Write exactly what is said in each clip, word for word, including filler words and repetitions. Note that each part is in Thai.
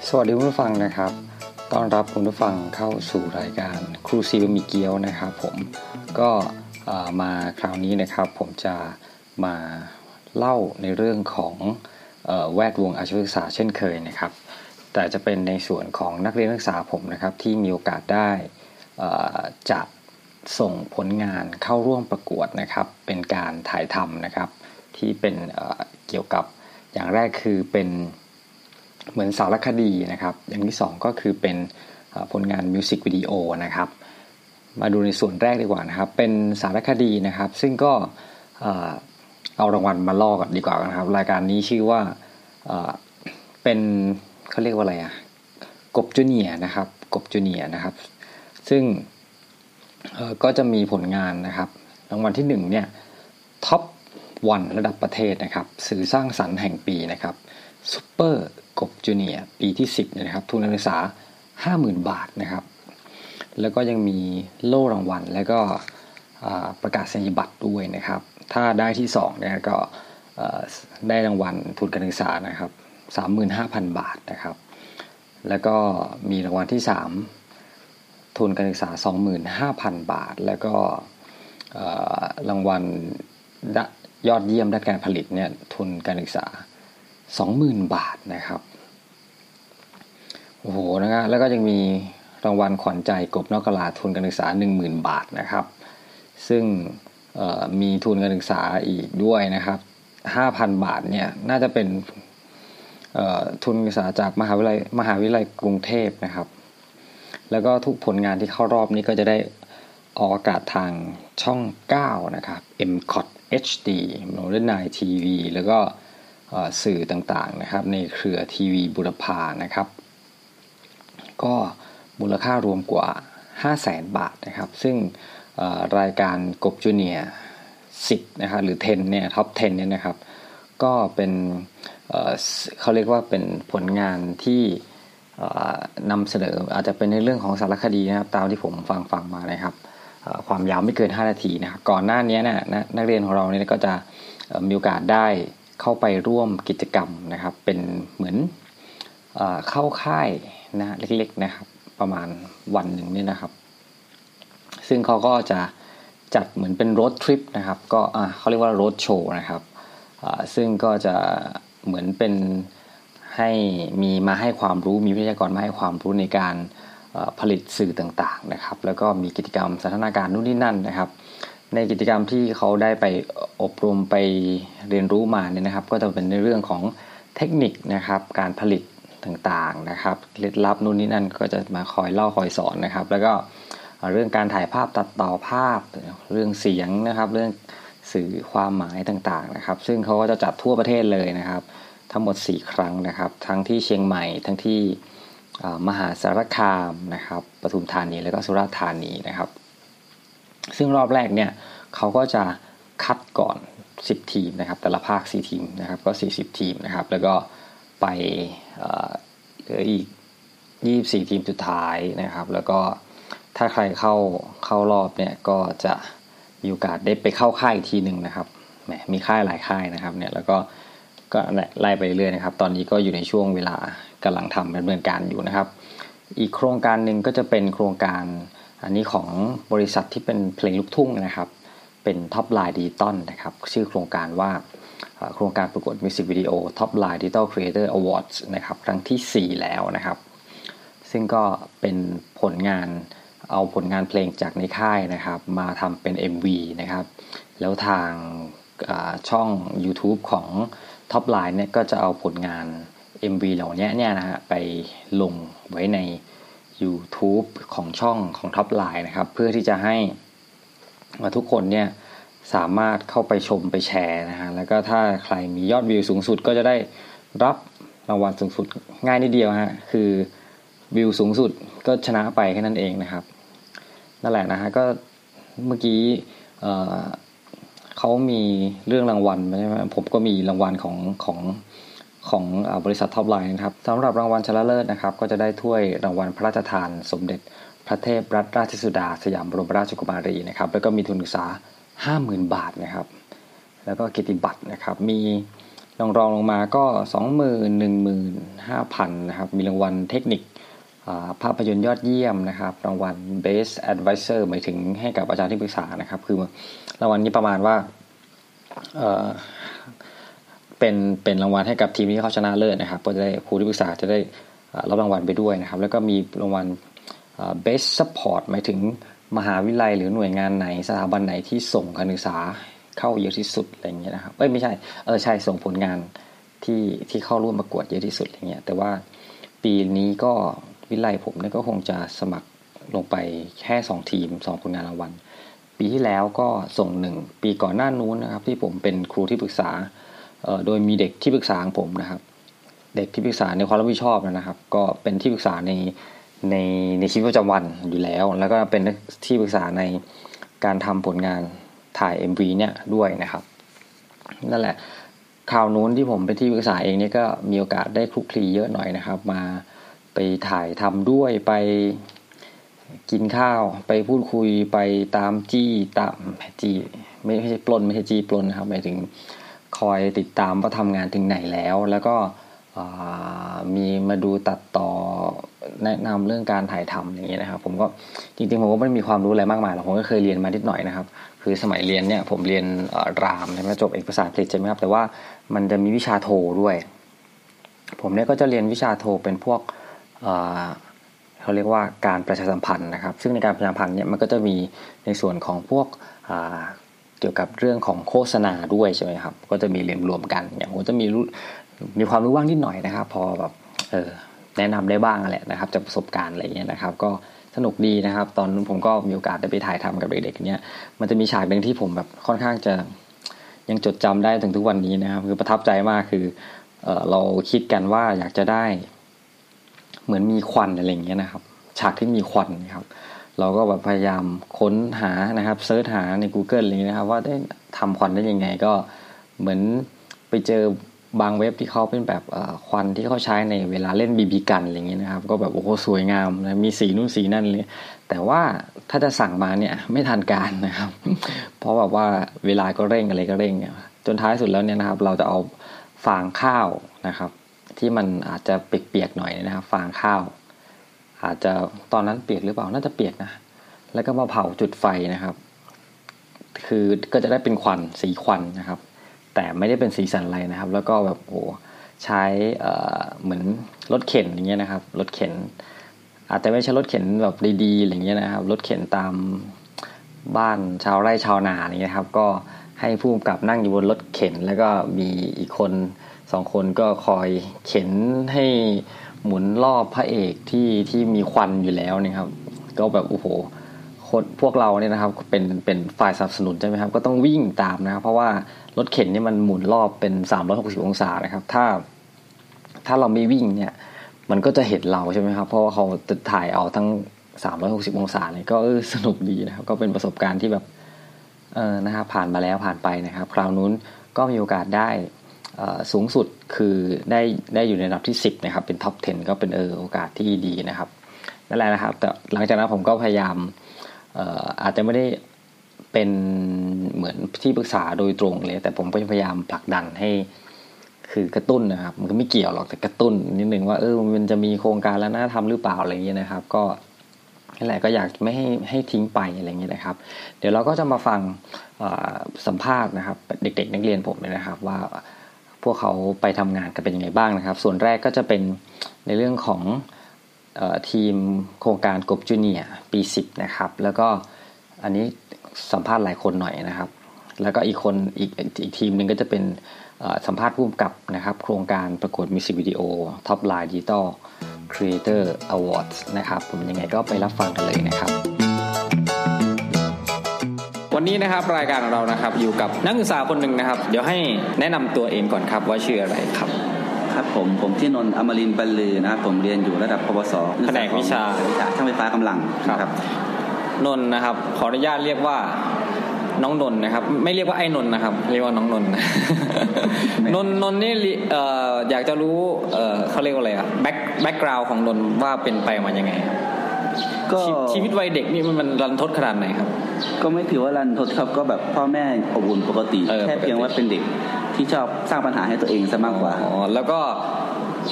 สวัสดีคุณผู้ฟังนะครับต้อนรับคุณผู้ฟังเข้าสู่รายการครูซีบะหมี่เกี๊ยวนะครับผมก็มาคราวนี้นะครับผมจะมาเล่าในเรื่องของแวดวงอาชีวศึกษาเช่นเคยนะครับแต่จะเป็นในส่วนของนักเรียนนักศึกษาผมนะครับที่มีโอกาสได้จะส่งผลงานเข้าร่วมประกวดนะครับเป็นการถ่ายทำนะครับที่เป็นเกี่ยวกับอย่างแรกคือเป็นเหมือนสารคดีนะครับอย่างที่สองก็คือเป็นผลงานมิวสิกวิดีโอนะครับมาดูในส่วนแรกดีกว่านะครับเป็นสารคดีนะครับซึ่งก็เอารางวัลมาล่อกันดีกว่านะครับรายการนี้ชื่อว่าเป็นเขาเรียกว่าอะไรอ่ะกบจูเนียร์นะครับกบจูเนียร์นะครับซึ่งก็จะมีผลงานนะครับรางวัลที่หนึ่งเนี่ยท็อปวันระดับประเทศนะครับสื่อสร้างสรรค์แห่งปีนะครับซุปเปอร์กบจูเนียร์ปีที่สิบนะครับทุนการศึกษา ห้าหมื่น บาทนะครับแล้วก็ยังมีโล่รางวัลและก็ประกาศนียบัตรด้วยนะครับถ้าได้ที่สองเนี่ยก็ได้รางวัลทุนการศึกษานะครับ สามหมื่นห้าพัน บาทนะครับแล้วก็มีรางวัลที่สามทุนการศึกษา สองหมื่นห้าพัน บาทแล้วก็รางวัลยอดเยี่ยมด้านการผลิตเนี่ยทุนการศึกษา สองหมื่น บาทนะครับโอ้โหนะครับแล้วก็ยังมีรางวัลขวัญใจกบนอกกะลาทุนการศึกษา หนึ่งหมื่น บาทนะครับซึ่งมีทุนการศึกษาอีกด้วยนะครับ ห้าพัน บาทเนี่ยน่าจะเป็นทุนการศึกษาจากมหาวิทยาลัยมหาวิทยาลัยกรุงเทพนะครับแล้วก็ทุกผลงานที่เข้ารอบนี้ก็จะได้ออกอากาศทางช่องเก้านะครับ เอ็ม ซี โอ ที เอช ดี Modern ไนน์ ที วี แล้วก็สื่อต่างๆนะครับในเครือทีวีบุรพานะครับก็มูลค่ารวมกว่า ห้าแสน บาทนะครับซึ่งรายการกบจูเนียร์สิบนะครับหรือสิบเนี่ยท็อปสิบเนี่ยนะครับก็เป็นเขาเรียกว่าเป็นผลงานที่นำเสนออาจจะเป็นในเรื่องของสารคดีนะครับตามที่ผมฟังฟังมานะครับความยาวไม่เกินห้านาทีนะครับก่อนหน้านี้นะนักเรียนของเราเนี่ยก็จะมีโอกาสได้เข้าไปร่วมกิจกรรมนะครับเป็นเหมือนเข้าค่ายนะเล็กๆนะครับประมาณวันหนึ่งนี่นะครับซึ่งเขาก็จะจัดเหมือนเป็นโรดทริปนะครับก็เขาเรียกว่าโรดโชว์นะครับซึ่งก็จะเหมือนเป็นให้มีมาให้ความรู้มีวิทยากรมาให้ความรู้ในการผลิตสื่อต่างๆนะครับแล้วก็มีกิจกรรมสันทนาการนู่นนี่นั่นนะครับในกิจกรรมที่เขาได้ไปอบรมไปเรียนรู้มาเนี่ยนะครับก็จะเป็นในเรื่องของเทคนิคนะครับการผลิตต่างๆนะครับเคล็ดลับนู่นนี่นั่นก็จะมาคอยเล่าคอยสอนนะครับแล้วก็เรื่องการถ่ายภาพตัดต่อภาพเรื่องเสียงนะครับเรื่องสื่อความหมายต่างๆนะครับซึ่งเขาก็จะจัดทั่วประเทศเลยนะครับทั้งหมดสี่ครั้งนะครับทั้งที่เชียงใหม่ทั้งที่มหาสารคามนะครับปทุมธานีแล้วก็สุราษฎร์ธานีนะครับซึ่งรอบแรกเนี่ยเขาก็จะคัดก่อนสิบทีมนะครับแต่ละภาคสี่ทีมนะครับก็สี่สิบทีมนะครับแล้วก็ไปเหลืออีกยี่สิบสี่ทีมสุดท้ายนะครับแล้วก็ถ้าใครเข้าเข้ารอบเนี่ยก็จะมีโอกาสได้ไปเข้าค่ายอีกทีหนึ่งนะครับแหมมีค่ายหลายค่ายนะครับเนี่ยแล้วก็ก็ไล่ไปเรื่อยนะครับตอนนี้ก็อยู่ในช่วงเวลากำลังทำดำเนินการอยู่นะครับอีกโครงการหนึ่งก็จะเป็นโครงการอันนี้ของบริษัทที่เป็นเพลงลูกทุ่งนะครับเป็นท็อปไลน์ดิจิตอลนะครับชื่อโครงการว่าโครงการประกวดมิวสิกวิดีโอท็อปไลน์ดิจิตอลครีเอเตอร์อวอร์ดนะครับครั้งที่สี่แล้วนะครับซึ่งก็เป็นผลงานเอาผลงานเพลงจากในค่ายนะครับมาทำเป็น เอ็ม วี นะครับแล้วทางช่อง YouTube ของ Top Line เนี่ยก็จะเอาผลงาน เอ็ม วี เหล่านี้เนี่ยนะฮะไปลงไว้ใน YouTube ของช่องของ Top Line นะครับเพื่อที่จะให้ทุกคนเนี่ยสามารถเข้าไปชมไปแชร์นะฮะแล้วก็ถ้าใครมียอดวิวสูงสุดก็จะได้รับรางวัลสูงสุดง่ายนิดเดียวฮะคือวิวสูงสุดก็ชนะไปแค่นั้นเองนะครับนั่นแหละนะฮะก็เมื่อกี้เอ่อเขามีเรื่องรางวัลใช่ไหมผมก็มีรางวัลของของของบริษัทท็อปไลน์นะครับสำหรับรางวัลชนะเลิศนะครับก็จะได้ถ้วยรางวัลพระราชทานสมเด็จพระเทพรัตนราชสุดาสยามบรมราชกุมารีนะครับแล้วก็มีทุนการศึกษา ห้าหมื่น บาทนะครับแล้วก็เกียรติบัตรนะครับมีรองรองลงมาก็ สองหมื่น หนึ่งหมื่น ห้าห้าพัน นะครับมีรางวัลเทคนิคภาพยนตร์ยอดเยี่ยมนะครับรางวัล Best Advisor หมายถึงให้กับอาจารย์ที่ปรึกษานะครับคือรางวัลนี้ประมาณว่าเอ่อเป็นเป็นรางวัลให้กับทีมที่เขาชนะเลิศนะครับก็จะได้ครูที่ปรึกษาจะได้รับรางวัลไปด้วยนะครับแล้วก็มีรางวัล Best Support หมายถึงมหาวิทยาลัยหรือหน่วยงานไหนสถาบันไหนที่ส่งการศึกษาเข้าเยอะที่สุดอะไรอย่างเงี้ยนะครับเอ้ยไม่ใช่เออใช่ส่งผลงานที่ที่เข้าร่วมประกวดเยอะที่สุดอะไรเงี้ยแต่ว่าปีนี้ก็วิทยาลัยผมเนี่ยก็คงจะสมัครลงไปแค่สองทีมสองผลงานรางวัลปีที่แล้วก็ส่งหนึ่งปีก่อนหน้านู้นนะครับที่ผมเป็นครูที่ปรึกษาเอ่อโดยมีเด็กที่ปรึกษาของผมนะครับเด็กที่ปรึกษาในความรับผิดชอบนะครับก็เป็นที่ปรึกษาในในในชีวิตประจำวันอยู่แล้วแล้วก็เป็นที่ปรึกษาในการทำผลงานถ่าย เอ็ม วี เนี่ยด้วยนะครับนั่นแหละคราวนู้นที่ผมเป็นที่ปรึกษาเองเนี่ยก็มีโอกาสได้คลุกคลีเยอะหน่อยนะครับมาไปถ่ายทำด้วยไปกินข้าวไปพูดคุยไปตามจี้ตามจี้ไม่ใช่ปล้นไม่ใช่จี้ปล้นนะครับหมายถึงคอยติดตามว่าทำงานถึงไหนแล้วแล้วก็มีมาดูตัดต่อแนะนำเรื่องการถ่ายทำอย่างเงี้ยนะครับผมก็จริงๆผมก็ไม่ได้มีความรู้อะไรมากมายหรอกผมก็เคยเรียนมานิดหน่อยนะครับคือสมัยเรียนเนี่ยผมเรียนรามใช่ไหมจบเอกภาษาอังกฤษใช่ไหมครับแต่ว่ามันจะมีวิชาโทด้วยผมเนี่ยก็จะเรียนวิชาโทเป็นพวกเขาเรียกว่าการประชาสัมพันธ์นะครับซึ่งในการประชาสัมพันธ์เนี่ยมันก็จะมีในส่วนของพวกเกี่ยวกับเรื่องของโฆษณาด้วยใช่ไหมครับก็จะมีเรียนรวมกันอย่างผมจะมีมีความรู้บ้างนิดหน่อยนะครับพอแบบเออแนะนำได้บ้างแหละนะครับจากประสบการณ์อะไรเงี้ยนะครับก็สนุกดีนะครับตอนนั้นผมก็มีโอกาสได้ไปถ่ายทำกับเด็กๆเนี่ยมันจะมีฉากหนึ่งที่ผมแบบค่อนข้างจะยังจดจำได้ถึงทุกวันนี้นะครับคือประทับใจมากคือเออเราคิดกันว่าอยากจะได้เหมือนมีควันอะไรเงี้ยนะครับฉากที่มีควันนะครับเราก็แบบพยายามค้นหานะครับเซิร์ชหาใน Google อะไรเงี้ยนะครับว่าได้ทำควันได้ยังไงก็เหมือนไปเจอบางเว็บที่เขาเป็นแบบควันที่เขาใช้ในเวลาเล่นบีบีกันอะไรเงี้ยนะครับก็แบบโอ้โหสวยงามนะมีสีนู่นสีนั่นเลยแต่ว่าถ้าจะสั่งมาเนี่ยไม่ทันการนะครับเพราะแบบว่าเวลาก็เร่งอะไรก็เร่งเนี่ยจนท้ายสุดแล้วเนี่ยนะครับเราจะเอาฟางข้าวนะครับที่มันอาจจะเปียกๆหน่อยนะครับฟางข้าวอาจจะตอนนั้นเปียกหรือเปล่าน่าจะเปียกนะแล้วก็มาเผาจุดไฟนะครับคือก็จะได้เป็นควันสีควันนะครับแต่ไม่ได้เป็นสีสันอะไรนะครับแล้วก็แบบโอ้ใช้เอ่อเหมือนรถเข็นอย่างเงี้ยนะครับรถเข็นอาจจะไม่ใช่รถเข็นแบบดีๆอย่างเงี้ยนะครับรถเข็นตามบ้านชาวไร่ชาวนาอย่างเงี้ยครับก็ให้ผู้กำกับนั่งอยู่บนรถเข็นแล้วก็มีอีกคนสองคนก็คอยเข็นให้หมุนรอบพระเอกที่ที่มีควันอยู่แล้วนะครับก็แบบโอ้โหคนพวกเราเนี่ยนะครับเป็นเป็นฝ่ายสนับสนุนใช่ไหมครับก็ต้องวิ่งตามนะครับเพราะว่ารถเข็นนี่มันหมุนรอบเป็นสามร้อยหกสิบองศานะครับถ้าถ้าเราไม่วิ่งเนี่ยมันก็จะเห็นเราใช่ไหมครับเพราะว่าเขาจะถ่ายเอาทั้งสามร้อยหกสิบองศาเลยก็เออสนุกดีนะครับก็เป็นประสบการณ์ที่แบบเออนะครับผ่านมาแล้วผ่านไปนะครับคราวนู้นก็มีโอกาสได้สูงสุดคือได้ได้อยู่ในระดับที่สิบนะครับเป็นท็อปสิบก็เป็นเออโอกาสที่ดีนะครับนั่นแหละนะครับแต่หลังจากนั้นผมก็พยายามเอ่ออาจจะไม่ได้เป็นเหมือนที่ปรึกษาโดยตรงเลยแต่ผมก็พยายามผลักดันให้คือกระตุ้นนะครับมันก็ไม่เกี่ยวหรอกแต่กระตุ้นนิดนึงว่าเออมันจะมีโครงการแล้วน่าทำหรือเปล่าอะไรอย่างเงี้ยนะครับก็นั่นแหละก็อยากไม่ให้ให้ทิ้งไปอะไรอย่างเงี้ยนะครับเดี๋ยวเราก็จะมาฟังสัมภาษณ์นะครับเด็กๆนักเรียนผมเลยนะครับว่าพวกเขาไปทำงานกันเป็นยังไงบ้างนะครับส่วนแรกก็จะเป็นในเรื่องของเอ่อทีมโครงการกบจูเนียร์ปีสิบนะครับแล้วก็อันนี้สัมภาษณ์หลายคนหน่อยนะครับแล้วก็อีกคนอีกอีกทีมนึงก็จะเป็นสัมภาษณ์ผู้กำกับนะครับโครงการประกวดมิวสิกวิดีโอ Top Line Digital Creator Awards นะครับผมยังไงก็ไปรับฟังกันเลยนะครับวันนี้นะครับรายการของเรานะครับอยู่กับนักศึกษาคนหนึ่งนะครับเดี๋ยวให้แนะนำตัวเองก่อนครับว่าชื่ออะไรครับครับผมผมที่นนท์อมรินทร์บรรลือนะครับผมเรียนอยู่ระดับปวสแผนกวิชาวิชาช่างไฟฟ้ากำลังครับนนท์นะครับขออนุญาตเรียกว่าน้องนนท์นะครับไม่เรียกว่าไอ้นนท์นะครับเรียกว่าน้องนนท์นนท์นนท์นี่เอ่ออยากจะรู้เอ่อเขาเรียกว่าอะไรอ่ะแบ็คแบ็คกราวด์ของนนท์ว่าเป็นไปมายังไงครับก็ชีวิตวัยเด็กนี่มันรันทดขนาดไหนครับก็ไม่ถือว่ารันทดครับก็แบบพ่อแม่อบอุ่นปกติแค่เพียงว่าเป็นเด็กที่ชอบสร้างปัญหาให้ตัวเองซะมากกว่าอ๋อแล้วก็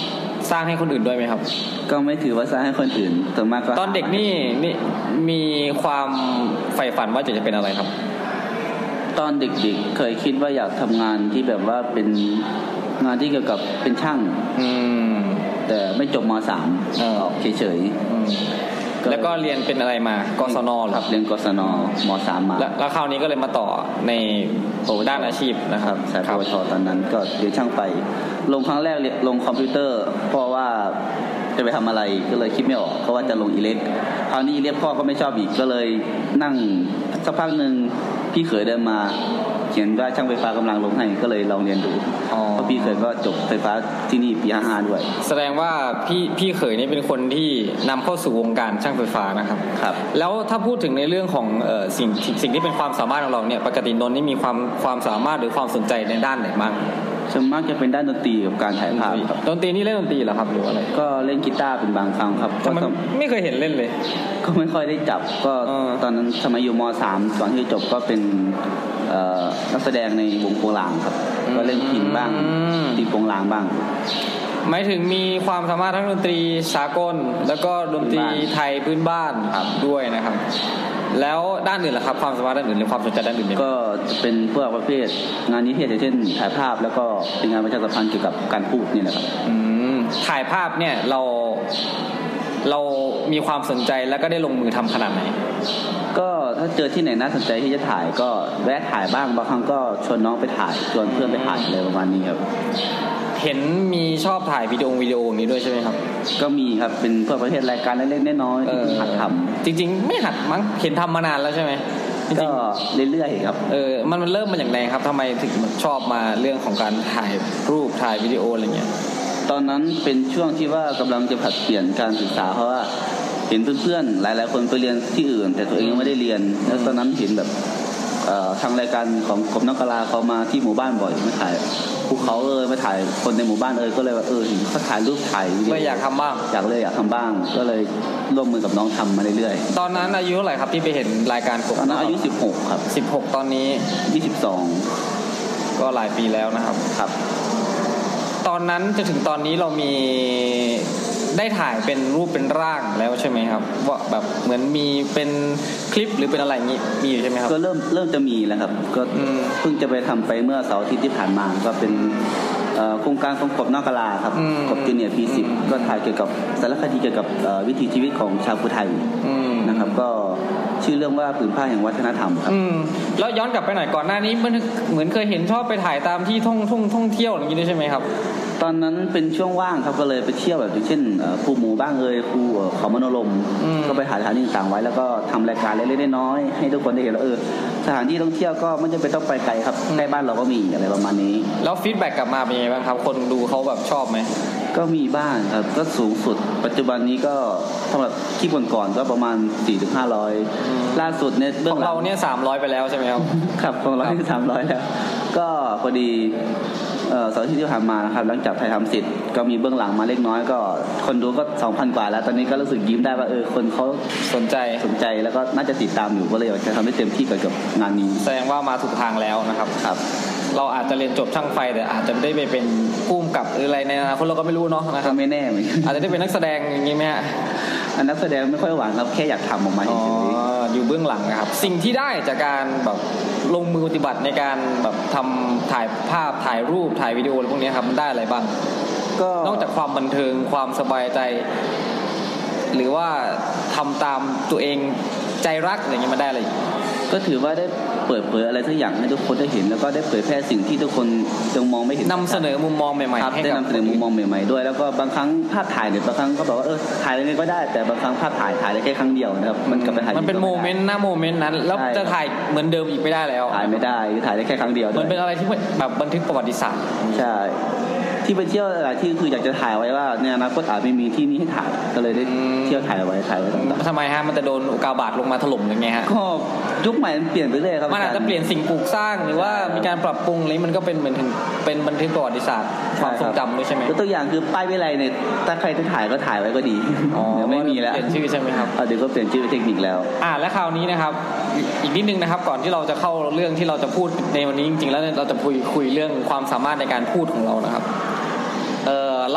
สร้างให้คนอื่นด้วยไหมครับก็ไม่ถือว่าสร้างให้คนอื่นส่วนมากก็ตอนเด็กนี่นี่มีความใฝ่ฝันว่าจะจะเป็นอะไรครับตอนเด็กๆเคยคิดว่าอยากทำงานที่แบบว่าเป็นงานที่เกี่ยวกับเป็นช่างอืมแต่ไม่จบม.สามเออเฉยๆแล้วก็เรียนเป็นอะไรมากศนครับเรียนกศนม.สาม มาแล้วคราวนี้ก็เลยมาต่อในด้านอาชีพนะครับสายปวชตอนนั้นก็เรียนช่างไฟลงครั้งแรกลงคอมพิวเตอร์เพราะว่าจะไปทำอะไรก็เลยคิดไม่ออกเพราะว่าจะลงอิเล็กคราวนี้อิเล็กพ่อก็ไม่ชอบอีกก็เลยนั่งสักพักนึงพี่เขยเดินมาเขียนว่าช่างไฟฟ้ากำลังลงให้ก็เลยลองเรียนดูเพราะพี่เขยก็จบไฟฟ้าที่นี่ปีห้าสิบห้าด้วยแสดงว่าพี่พี่เขยนี่เป็นคนที่นำเข้าสู่วงการช่างไฟฟ้านะครับครับแล้วถ้าพูดถึงในเรื่องของเอ่อสิ่งสิ่งที่เป็นความสามารถของเราเนี่ยปกตินนท์นี่มีความความสามารถหรือความสนใจในด้านไหนบ้างส่วนมากจะเป็นด้านดนตรีกับการถ่ายภาพครับดนตรีนี่เล่นดนตรีเหรอครับหรืออะไรก็เล่นกีตาร์เป็นบางครั้งครับก็ไม่เคยเห็นเล่นเลยก็ไม่ค่อยได้จับก็ตอนนั้นสมัยอยู่ม.สาม ก่อนที่จบก็เป็นนักแสดงในวงโปงลางครับก็เล่นพิณบ้างตีโปงลางบ้างหมายถึงมีความสามารถทั้งดนตรีสากลแล้วก็ดนตรีไทยพื้นบ้านด้วยนะครับแล้วด้านอื่นล่ะครับความสามารถด้านอื่นหรือความสนใจด้านอื่นก็จะเป็นพวกประเภทงานนิเทศเช่นถ่ายภาพแล้วก็เป็นงานประชาสัมพันธ์เกี่ยวกับการพูดนี่แหละครับอืมถ่ายภาพเนี่ยเราเรามีความสนใจแล้วก็ได้ลงมือทำขนาดไหนก็ถ้าเจอที่ไหนน่าสนใจที่จะถ่ายก็แวะถ่ายบ้างบางครั้งก็ชวนน้องไปถ่ายชวนเพื่อนไปถ่ายอะไรประมาณนี้ครับเห็นมีชอบถ่ายวิดีโอวิดีโออย่างนี้ด้วยใช่ไหมครับก็มีครับเป็นเพื่อประเภทรายการเล็กๆน้อยๆที่หัดทำจริงๆไม่หัดมั้งเห็นทำมานานแล้วใช่ไหมก็เรื่อยๆครับเออมันมันเริ่มมาอย่างไรครับทำไมถึงชอบมาเรื่องของการถ่ายรูปถ่ายวิดีโออะไรเงี้ยตอนนั้นเป็นช่วงที่ว่ากำลังจะผัดเปลี่ยนการศึกษาเพราะว่าเห็นเพื่อนๆหลายๆคนไปเรียนที่อื่นแต่ตัวเองยังไม่ได้เรียนแล้วตอนนั้นเห็นแบบทางรายการของกรมนักกลาเขามาที่หมู่บ้านบ่อยมาถ่ายภูเขาเออมาถ่ายคนในหมู่บ้านเออก็เลยว่าเออเขาถ่ายรูปถ่ายไม่อยากทำบ้างอยากเลยอยากทำบ้างก็เลยร่วมมือกับน้องทำมาเรื่อยๆตอนนั้นอายุเท่าไหร่ครับที่ไปเห็นรายการตอนนั้นอายุสิบหกครับสิบหกตอนนี้ยี่สิบสองก็หลายปีแล้วนะครับครับตอนนั้นจนถึงตอนนี้เรามีได้ถ่ายเป็นรูปเป็นร่างแล้วใช่ไหมครับว่าแบบเหมือนมีเป็นคลิปหรือเป็นอะไรอย่างนี้มีอยู่ใช่ไหมครับก็เริ่มเริ่มจะมีแล้วครับก็เพิ่งจะไปทำไปเมื่อเสาร์อาทิตย์ที่ผ่านมาก็เป็นโครงการของกบนอกกลาครับกบจูเนียร์ พี สิบ ก็ถ่ายเกี่ยวกับสารคดีเกี่ยวกับวิถีชีวิตของชาวภูไทยนะครับก็ชื่อเรื่องว่าผืนผ้าแห่งวัฒนธรรมครับแล้วย้อนกลับไปหน่อยก่อนหน้านี้มันเหมือนเคยเห็นชอบไปถ่ายตามที่ท่องท่องท่องเที่ยวอย่างนี้ด้วยใช่ไหมครับตอนนั้นเป็นช่วงว่างครับก็เลยไปเที่ยวแบบเช่นภูหมู่บ้างเอ่ยภูเขามโนรมก็ไปถ่ายสถานที่ต่างไว้แล้วก็ทำรายการเล็กๆน้อยๆให้ทุกคนได้เห็นว่าเออสถานที่ท่องเที่ยวก็ไม่จำเป็นต้องไปไกลครับใกล้บ้านเราก็มีอะไรประมาณนี้แล้วฟีดแบ็กกลับมาเป็นยังไงบ้างครับคนดูเขาแบบชอบไหมก็มีบ้างครับก็สูงสุดปัจจุบันนี้ก็สำหรับคลิปก่อนๆก็ประมาณ สี่ถึงห้าร้อย ล่าสุดเนี่ยเบื้องหลังของเราเนี่ยสามร้อยไปแล้วใช่ไหมครับครับของเราที่สามร้อยแล้วก็พอดีเอ่อเสาร์ที่ผ่านมานะครับหลังจากถ่ายทำเสร็จก็มีเบื้องหลังมาเล็กน้อยก็คนดูก็ สองพัน กว่าแล้วตอนนี้ก็รู้สึกยิ้มได้ว่าเออคนเขาสนใจสนใจแล้วก็น่าจะติดตามอยู่ก็เลยอยากจะทำให้เต็มที่กับงานนี้แสดงว่ามาถูกทางแล้วนะครับครับเราอาจจะเรียนจบช่างไฟแต่อาจจะไม่ได้ไปเป็นผู้กำกับหรืออะไรในอนาคตเราก็ไม่รู้เนาะนะครับไม่แน่เหมือนอาจจะได้เป็นนักแสดงอย่างนี้ไหมฮะอันนักแสดงไม่ค่อยหวังครับแค่อยากทำออกมาเฉยๆอยู่เบื้องหลังนะครับสิ่งที่ได้จากการแบบลงมือปฏิบัติในการแบบทำถ่ายภาพถ่ายรูปถ่ายวิดีโออะไรพวกนี้ครับมันได้อะไรบ้างก็นอกจากความบันเทิงความสบายใจหรือว่าทำตามตัวเองใจรักอะไรอย่างนี้มันได้อะไรก็ถือว่าได้เปิดเผยอะไรทุกอย่างให้ทุกคนได้เห็นแล้วก็ได้เผยแพร่สิ่งที่ทุกคนยังมองไม่เห็นนำเสนอมุมมองใหม่ๆให้ได้นำเสนอมุมมองใหม่ๆด้วยแล้วก็บางครั้งภาพถ่ายเนี่ยบางครั้งก็บอกว่าเออถ่ายอะไรก็ได้แต่บางครั้งภาพถ่ายถ่ายได้แค่ครั้งเดียวนะครับมันกลับไปถ่ายมันเป็นโมเมนต์หน้าโมเมนต์นั้นแล้วจะถ่ายเหมือนเดิมอีกไม่ได้แล้วถ่ายไม่ได้ถ่ายได้แค่ครั้งเดียวมันเป็นอะไรที่แบบบันทึกประวัติศาสตร์ใช่ที่ไปเที่ยวหลายที่คืออยากจะถ่ายไว้ว่าในอนาคตอาจไม่มีที่นี้ให้ถ่ายก็เลยได้เที่ยวถ่ายไว้ถ่ายไว้ต่างๆทำไมฮะมันจะโดนอุกกาบาตลงมาถล่มยังไงฮะก็ยุคใหม่มันเปลี่ยนไปเรื่อยครับมันอาจจะเปลี่ยนสิ่งปลูกสร้างหรือว่ามีการปรับปรุงอะไรมันก็เป็นเหมือนถึงเป็นบันทึกประวัติศาสตร์ความทรงจำด้วยใช่ไหมตัวอย่างคือป้ายวิไลเนี่ยถ้าใครที่ถ่ายก็ถ่ายไว้ก็ดีเดี๋ยวไม่มีแล้วเปลี่ยนชื่อใช่ไหมครับเดี๋ยวก็เปลี่ยนชื่อเทคนิคแล้วอ่าและคราวนี้นะครับอีกนิดนึงนะครับก่อนที่เราจะเข้าเรื่องที่เราจะพูดในวันนี้จริงๆแล้วเราจะคุยคุยเรื่องความสามารถในการพูดของเรานะครับเออ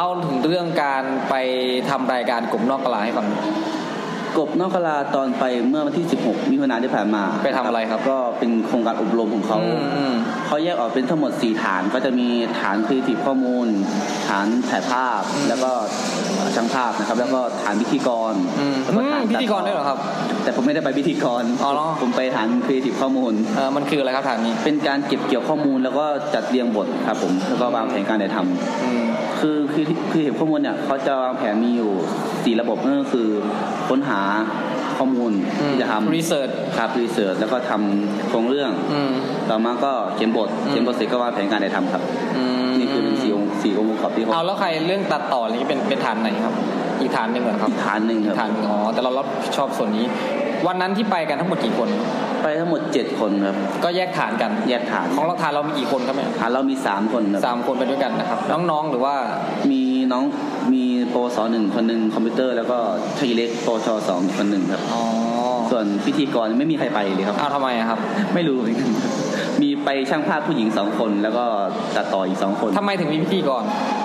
เล่าถึงเรื่องการไปทำรายการกบนอกกะลาให้ฟังกบนอกกะลาตอนไปเมื่อวันที่สิบหกมิถุนายนที่ผ่านมาไปทำอะไรครับก็เป็นโครงการอบรมของเขาเขาแยกออกเป็นทั้งหมดสี่ฐานก็จะมีฐานครีเอทีฟข้อมูลฐานถ่ายภาพแล้วก็ช่างภาพนะครับแล้วก็ฐานพิธีกรแล้วก็ฐานพิธีกรด้วยเหรอครับแต่ผมไม่ได้ไปพิธีกรอ๋อผมไปฐานครีเอทีฟข้อมูลเออมันคืออะไรครับฐานนี้เป็นการเก็บเกี่ยวข้อมูลแล้วก็จัดเรียงบทครับผมแล้วก็วางแผนการถ่ายทำคือคือคือเห็นข้อมูลเนี่ยเขาจะวางแผนมีอยู่สี่ระบบนั่นก็คือค้นหาข้อมูลที่จะทำ research ครับ research แล้วก็ทำโครงเรื่องต่อมาก็เขียนบทเขียนบทเสร็จก็วางแผนการถ่ายทำครับนี่คือเป็นสี่องค์สี่องค์ประกอบที่เขาเอาแล้วใครเรื่องตัดต่ออะไรนี้เป็นเป็นฐานไหนครับอีกฐานนึงเหรอครับอีกฐานนึงครับฐานนึงอ๋อแต่เรารับชอบส่วนนี้วันนั้นที่ไปกันทั้งหมดกี่คนไปทั้งหมดเจ็ดคนครับก็แยกฐานกันแยกฐานของเราฐานเรามีกี่คนครับแม่ฐานเรามีสามคนครับสามคนไปด้วยกันนะครับน้องๆหรือว่ามีน้องมีปวสหนึ่งคนนึงคอมพิวเตอร์แล้วก็ช่างอิเล็กปวชสองคนนึงครับอ๋อส่วนพิธีกรไม่มีใครไปเลยครับอ้าวทำไมครับไม่รู้เหมือนกันมีไปช่างภาพผู้หญิงสองคนแล้วก็ตัดต่ออีกสองคนทำไมถึงมีพิธีกร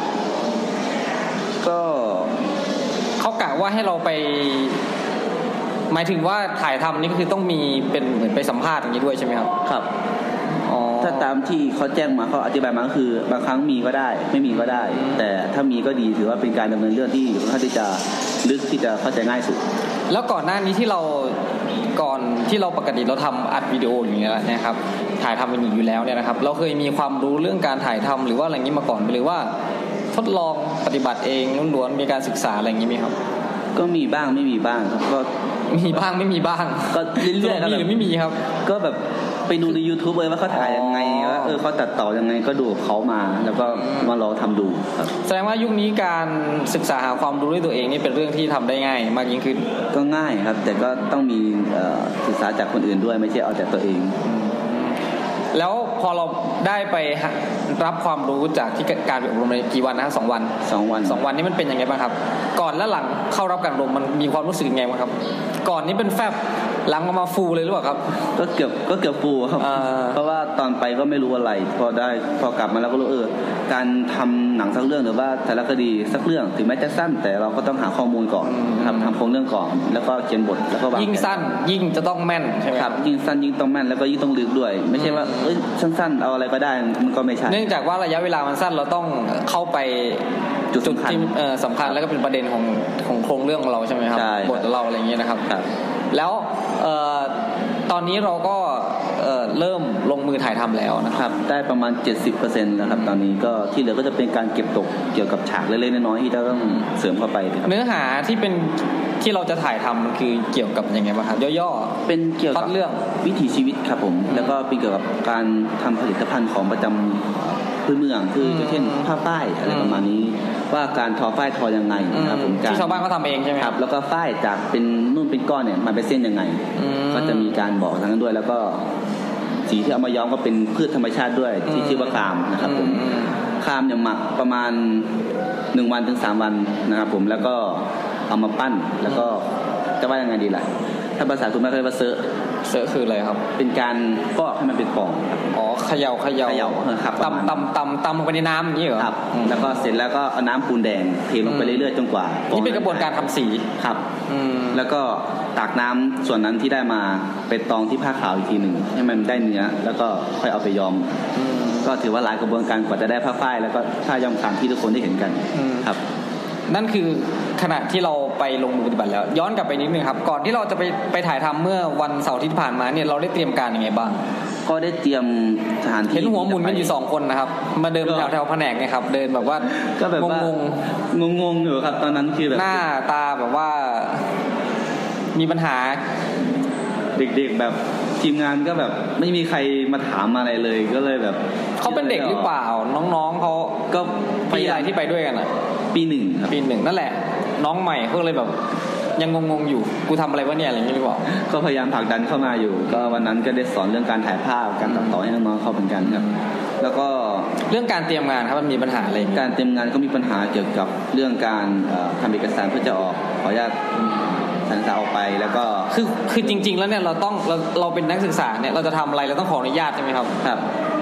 ก็เขากะว่าให้เราไปหมายถึงว่าถ่ายทำนี่ก็คือต้องมีเป็นเหมือนไปสัมภาษณ์อย่างนี้ด้วยใช่ไหมครับครับอ๋อถ้าตามที่เขาแจ้งมาเขาอธิบายมาก็คือบางครั้งมีก็ได้ไม่มีก็ได้แต่ถ้ามีก็ดีถือว่าเป็นการดำเนินเรื่องที่ค่อนข้างที่จะลึกที่จะเข้าใจง่ายสุดแล้วก่อนหน้านี้ที่เราก่อนที่เราปกติเราทำอัดวิดีโออย่างเงี้ยนะครับถ่ายทำเป็นอยู่แล้วเนี่ยนะครับเราเคยมีความรู้เรื่องการถ่ายทำหรือว่าอะไรอย่างนี้มาก่อนหรือว่าทดลองปฏิบัติเองล้วนๆมีการศึกษาอะไรอย่างนี้ไหมครับก็มีบ้างไม่มีบ้างครับก็มีบ้างไม่มีบ้างก็เรื่อยๆครับมีหรือไม่มีครับก็แบบไปดูใน YouTube เลยว่าเขาถ่ายยังไงว่าเออเขาตัดต่อยังไงก็ดูเขามาแล้วก็มาลองทำดูครับแสดงว่ายุคนี้การศึกษาหาความรู้ด้วยตัวเองนี่เป็นเรื่องที่ทำได้ง่ายมากยิ่งขึ้นก็ง่ายครับแต่ก็ต้องมีศึกษาจากคนอื่นด้วยไม่ใช่เอาแต่ตัวเองแล้วพอเราได้ไปรับความรู้จากที่การอบรมในกี่วันนะสองวันสองวันสองวันนี้มันเป็นยังไงบ้างครับก่อนและหลังเข้ารับการอบรมมันมีความรู้สึกยังไงบ้างครับก่อนนี้เป็นแฟบหลังมาฟูเลยหรือเปล่าครับก็เกือบก็เกือบฟูครับเพราะว่าตอนไปก็ไม่รู้อะไรพอได้พอกลับมาแล้วก็รู้เออการทำหนังสักเรื่องหรือว่าสารคดีสักเรื่องถึงแม้จะสั้นแต่เราก็ต้องหาข้อมูลก่อนทำทำโครงเรื่องก่อนแล้วก็เขียนบทแล้วก็วางยิ่งสั้นยิ่งจะต้องแม่นใช่ไหมครับยิ่งสั้นยิ่งต้องแม่นแล้วก็ยิ่งต้องลึกด้วยไม่ใช่ว่าเอ้ยสั้นๆเอาอะไรก็ได้มันก็ไม่ใช่เนื่องจากว่าระยะเวลามันสั้นเราต้องเข้าไปจุดสำคัญเอ่อสำคัญแล้วก็เป็นประเด็นของของโครงเรื่องของเราใช่ไหมครับบทเราอะไรอย่างเงี้ยนะครับแล้วเอ่อตอนนี้เราก็เอ่อเริ่มลงมือถ่ายทำแล้วนะครับได้ประมาณ เจ็ดสิบเปอร์เซ็นต์ แล้วครับตอนนี้ก็ที่เหลือก็จะเป็นการเก็บตกเกี่ยวกับฉากเล็กๆน้อยๆที่จะต้องเสริมเข้าไปเนื้อหาที่เป็นที่เราจะถ่ายทำมันคือเกี่ยวกับยังไงบ้างครับย่อๆเป็นเกี่ยวกับเรื่องวิถีชีวิตครับผมแล้วก็เป็นเกี่ยวกับการทำผลิตภัณฑ์ของประจำพื้นเมืองคือเช่นผ้าฝ้ายอะไรประมาณนี้ว่าการทอฝ้ายทอยังไงครับผมที่ชาวบ้านเขาทำเองใช่ไหมครับแล้วก็ฝ้ายจากเป็นนุ่นเป็นก้อนเนี่ยมันเป็นเส้นยังไงก็จะมีการบอกทั้งนั้นด้วยแล้วก็สีที่เอามาย้อมก็เป็นพืชธรรมชาติด้วยที่ชื่อว่าคามนะครับผมคามเนี่ยหมักประมาณหนึ่งวันถึงสามวันนะครับผมแล้วก็เอามาปั้นแล้วก็จะว่ายังไงดีล่ะถ้าภาษาถูกไม่ค่อยว่าเซอะเซอะคืออะไรครับเป็นการฟอกให้มันเป็นฟองอ๋อเขย่าเขย่าเขย่าครับตำตำตำตำลงไปในน้ำอย่างนี้เหรอครับแล้วก็เสร็จแล้วก็เอาน้ำปูนแดงเทลงไปเรื่อยๆจนกว่านี่เป็นกระบวนการทำสีครับแล้วก็ตากน้ำส่วนนั้นที่ได้มาไปตองที่ผ้าขาวอีกทีหนึ่งให้มันได้เนื้อแล้วก็ค่อยเอาไปย้อมก็ถือว่าหลายกระบวนการกว่าจะได้ผ้าฝ้ายแล้วก็ผ้าย้อมคามที่ทุกคนได้เห็นกันครับนั่นคือขณะที่เราไปลงมือปฏิบัติแล้วย้อนกลับไปนิดนึงครับก่อนที่เราจะไปไปถ่ายทำเมื่อวันเสาร์ที่ผ่านมาเนี่ยเราได้เตรียมการยังไงบ้างก็ได้เตรียมสถานที่เห็นหัวหมุนกันอยู่สองคนนะครับมาเดินแถวแถวแผนกเนี่ยครับเดินแบบว่าก็แบบว่างงงงอยู่ครับตอนนั้นคือแบบหน้าตาแบบว่ามีปัญหาเด็กๆแบบทีมงานก็แบบไม่มีใครมาถามอะไรเลยก็เลยแบบเขาเป็นเด็กหรือเปล่าน้องๆเขาก็ปีอะไรที่ไปด้วยกันอ่ะปีหนึ่งครับปีหนึ่งนั่นแหละน้องใหม่เขาเลยแบบยังงงๆอยู่กูทำอะไรวะเนี่ยอะไรอย่างนี้หรือเปล่าก็พยายามผลักดันเข้ามาอยู่ก็วันนั้นก็ได้สอนเรื่องการถ่ายภาพการตัดต่อให้น้องๆเขาเหมือนกันครับแล้วก็เรื่องการเตรียมงานครับมันมีปัญหาอะไรการเตรียมงานก็มีปัญหาเกี่ยวกับเรื่องการทำเอกสารเพื่อจะออกขออนุญาตสัญญาออกไปแล้วก็คือคือจริงๆแล้วเนี่ยเราต้องเราเราเป็นนักศึกษาเนี่ยเราจะทำอะไรเราต้องขออนุญาตใช่ไหมครับครับ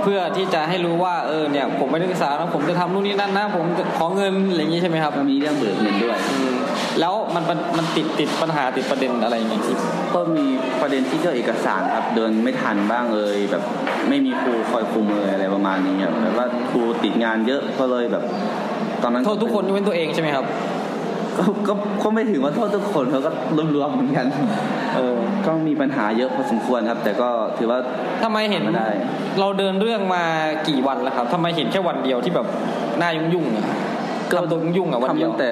เพื่อที่จะให้รู้ว่าเออเนี่ยผมเป็นนักศึกษาแล้วผมจะทำนู่นนี่นั่นนะผมจะขอเงินอะไรอย่างงี้ใช่ไหมครับมีเรื่องเบิกเงินด้วยแล้วมันมันติดติดปัญหาติดประเด็นอะไรอย่างเงี้ยก็มีประเด็นที่เรื่องเอกสารครับเดินไม่ทันบ้างเลยแบบไม่มีครูคอยคุมเลยอะไรประมาณนี้ครับแบบว่าครูติดงานเยอะก็เลยแบบตอนนั้นโทษทุกคนยกเว้นตัวเองใช่ไหมครับก็ก็ก็ไม่ถึงว่าโทษทุกคนเขาก็รวมๆเหมือนกันเออก็มีปัญหาเยอะพอสมควรครับแต่ก็ถือว่าทำไมเห็นเราเดินเรื่องมากี่วันแล้วครับทำไมเห็นแค่วันเดียวที่แบบหน้ายุ่งๆอ่ะก็ตัวยุ่งๆอ่ะวันเดียวทำตั้งแต่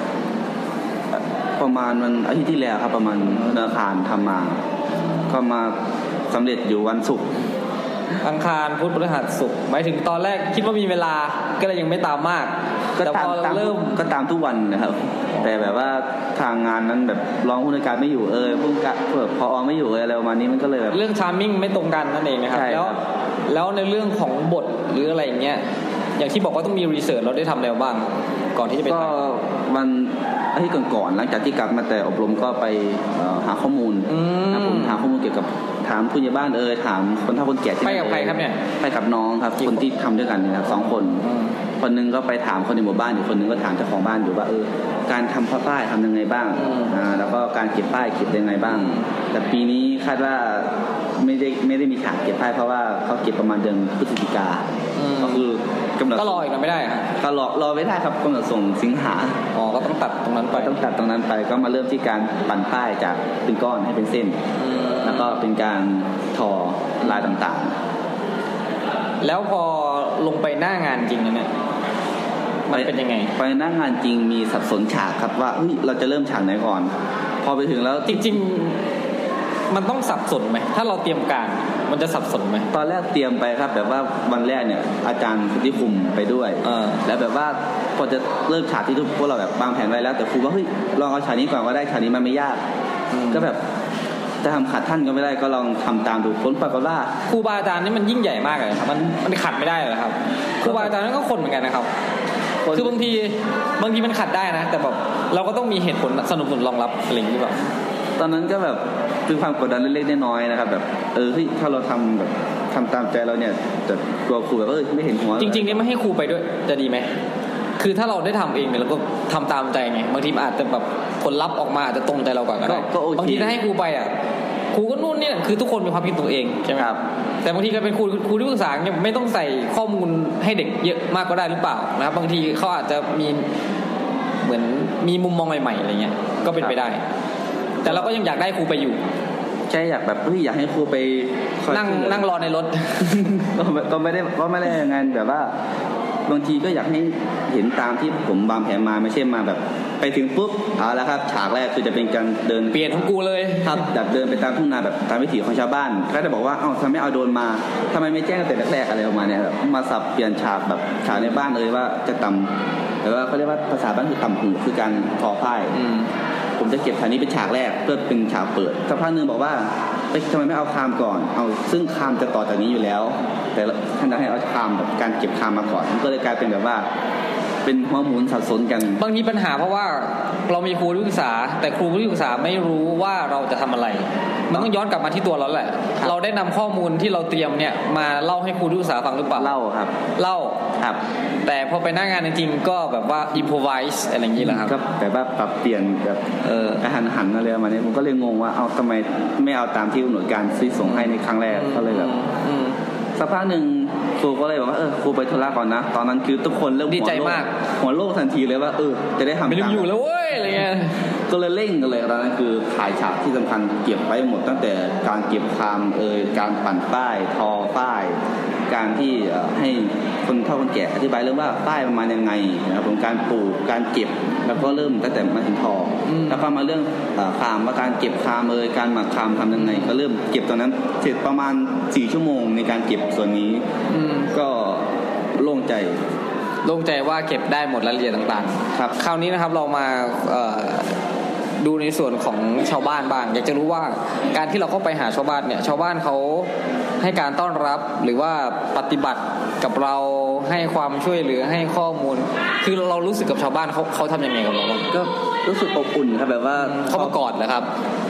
ประมาณวันอาทิตย์ที่แล้วครับประมาณธนาคารทำมาก็มาสำเร็จอยู่วันศุกร์อังคารพุธพฤหัสศุกร์หมายถึงตอนแรกคิดว่ามีเวลาก็เลยยังไม่ตามมากแต่พอเริ่มก็ตามทุกวันนะครับแต่แบบว่าทางงานนั้นแบบรองผู้ในการไม่อยู่เออผู้กะเปิดพอไม่อยู่อะไรประมาณนี้มันก็เลยแบบเรื่องชาร์มมิ่งไม่ตรงกันนั่นเองนะครับแล้วแล้วในเรื่องของบทหรืออะไรอย่างเงี้ยอย่างที่บอกว่าต้องมีรีเสิร์ชเราได้ทำแล้วบ้างก่อนที่จะไปก็วันอาทิตย์ก่อนๆหลังจากที่กลับมาแต่อบรมก็ไปหาข้อมูลนะผมหาข้อมูลเกี่ยวกับถามผู้ใหญ่บ้านเออถามคนเฒ่าคนแก่ที่ไปกับใครครับเนี่ยไปกับน้องครับคนที่ทำด้วยกันเนี่ยครับสองคนคนนึงก็ไปถามคนในหมู่บ้านอยู่คนนึงก็ถามเจ้าของบ้านอยู่ว่าเออการทำป้ายทำยังไงบ้างอ่าแล้วก็การเก็บป้ายเก็บยังไงบ้างแต่ปีนี้คาดว่าไม่ได้ไม่ได้มีฉากเก็บป้ายเพราะว่าเขาเก็บประมาณเดือนพฤศจิกาก็คือกำหนดก็รออีกไม่ได้ครับก็รอรอไม่ได้ครับกำหนดส่งสิงหาอ๋อก็ต้องตัดตรงนั้นไปต้องตัดตรงนั้นไปก็มาเริ่มที่การปั่นป้ายจากเป็นก้อนให้เป็นเส้นแล้วก็เป็นการทอลายต่างๆแล้วพอลงไปหน้างานจริงเนี่ยมันเป็นยังไงไปหน้างานจริงมีสับสนฉากครับว่าเฮ้ยเราจะเริ่มฉากไหนก่อนพอไปถึงแล้วจริงๆมันต้องสับสนไหมถ้าเราเตรียมการมันจะสับสนไหมตอนแรกเตรียมไปครับแบบว่าวันแรกเนี่ยอาจารย์ที่คุมไปด้วยแล้วแบบว่าพอจะเริ่มฉากที่ทุกพวกเราแบบวางแผนไว้แล้วแต่ครูว่าเฮ้ยลองเอาฉากนี้ก่อนก็ได้ฉากนี้มันไม่ยากก็แบบจะทำขัดท่านก็ไม่ได้ก็ลองทำตามดูผลปรากฏว่าครูบาอาจารย์นี่มันยิ่งใหญ่มากเลยครับมันมันขัดไม่ได้เลยครับครูบาอาจารย์นั่นก็คนเหมือนกันนะครับคือบางทีบางทีมันขัดได้นะแต่แบบเราก็ต้องมีเหตุผลสนับสนุนรองรับอะไรอย่างนี้แบบตอนนั้นก็แบบคือความกดดันเล็กๆน้อยๆนะครับแบบเออที่ถ้าเราทำแบบทำตามใจเราเนี่ยจะกลัวครูแบบเออไม่เห็นหัวจริงๆนี่ไม่ให้ครูไปด้วยจะดีไหมคือถ้าเราได้ทำเองเนี่ยเราก็ทำตามใจไงบางทีอาจจะแบบผลลัพธ์ออกมาอาจจะตรงใจเราก่อนก็ได้บางทีถ้าให้ครูไปอ่ะครูก็นู่นนี่คือทุกคนมีความคิดตัวเองใช่ไหมครับแต่บางทีก็เป็นครูครูที่ปรึกษาเนี่ยไม่ต้องใส่ข้อมูลให้เด็กเยอะมากก็ได้หรือเปล่านะครับบางทีเขาอาจจะมีเหมือนมีมุมมองใหม่ๆอะไรเงี้ยก็เป็นไปได้แต่เราก็ยังอยากได้ครูไปอยู่ใช่อยากแบบเฮ้ยอยากให้ครูไปนั่งนั่งรอในรถก็ไม่ได้ก็ไม่ได้งานแบบว่าบางทีก็อยากให้เห็นตามที่ผมวางแผนมาไม่ใช่มาแบบไปถึงปุ๊บเอาละครับฉากแรกคือจะเป็นการเดินเปลี่ยนของกูเลยครับแบบเดินไปตามทุ่งนาแบบตามวิถีของชาวบ้านก็จะบอกว่าเอ้าทำไมเอาโดรนมาทำไมไม่แจ้งแต่แรกๆอะไรประมาณนี้แบบมาสับเปลี่ยนฉากแบบฉากในบ้านเลยว่าจะตำหรือว่าเขาเรียกว่าภาษาบ้านคือตำหูคือการทอผ้าผมจะเก็บฉากนี้เป็นฉากแรกเพื่อเป็นฉากเปิดสักพักนึงบอกว่าไปทำไมไม่เอาคามก่อนเอาซึ่งคามจะต่อจากนี้อยู่แล้วแต่ท่านจะให้เอาคามแบบการเก็บคามมาก่อนมันก็เลยกลายเป็นแบบว่าเป็นหัวหมุนสับสนกันบางทีปัญหาเพราะว่าเรามีครูที่ปรึกษาแต่ครูที่ปรึกษาไม่รู้ว่าเราจะทำอะไรมันต้องย้อนกลับมาที่ตัวเราแหละเราได้นำข้อมูลที่เราเตรียมเนี่ยมาเล่าให้ครูที่ปรึกษาฟังหรือเปล่าเล่าครับเล่าครับแต่พอไปหน้างานจริงๆก็แบบว่า improvise อะไรอย่างนี้แหละครับก็แบบว่าปรับเปลี่ยนแบบเออหันหันอะไรมาเนี่ยผมก็เลยงงว่าเอาทำไมไม่เอาตามที่หน่วยการซื้อส่งให้ในครั้งแรกก็เลยแบบสักพักหนึ่งครูก็เลยบอกว่าเออครูไปธุระก่อนนะตอนนั้นคือทุกคนเริ่มดีใจมากหัวโลกทันทีเลยว่าเออจะได้ทำไม่ลืมอยู่แล้วเว้ยอะไรเงี้ยก็เลยเร่งกันเลยตอนนั้นคือถ่ายฉากที่สำคัญเก็บไว้หมดตั้งแต่การเก็บคามเอ่ยการปั่นป้ายทอป้ายการที่ให้คนเฒ่าคนแก่อธิบายเรื่องว่าป้ายมันมายังไงนะครับของการปลูกการเก็บแล้วก็เริ่มตั้งแต่มาถึงทอแล้วก็มาเรื่องคามว่าการเก็บคามเอ่ยการหมักคามทำยังไงก็เริ่มเก็บตอนนั้นเสร็จประมาณสี่ชั่วโมงในการเก็บส่วนนี้ก็โล่งใจโล่งใจว่าเก็บได้หมดรายละเอียดต่างๆครับคราวนี้นะครับเรามาดูในส่วนของชาวบ้านบ้างอยากจะรู้ว่าการที่เราเข้าไปหาชาวบ้านเนี่ยชาวบ้านเขาให้การต้อนรับหรือว่าปฏิบัติกับเราให้ความช่วยเหลือให้ข้อมูลคือเรารู้สึกกับชาวบ้านเขาเขาทำยังไงกับเราบ้างก็รู้สึกอบอุ่นครับแบบว่าเขามากอดเหรอครับ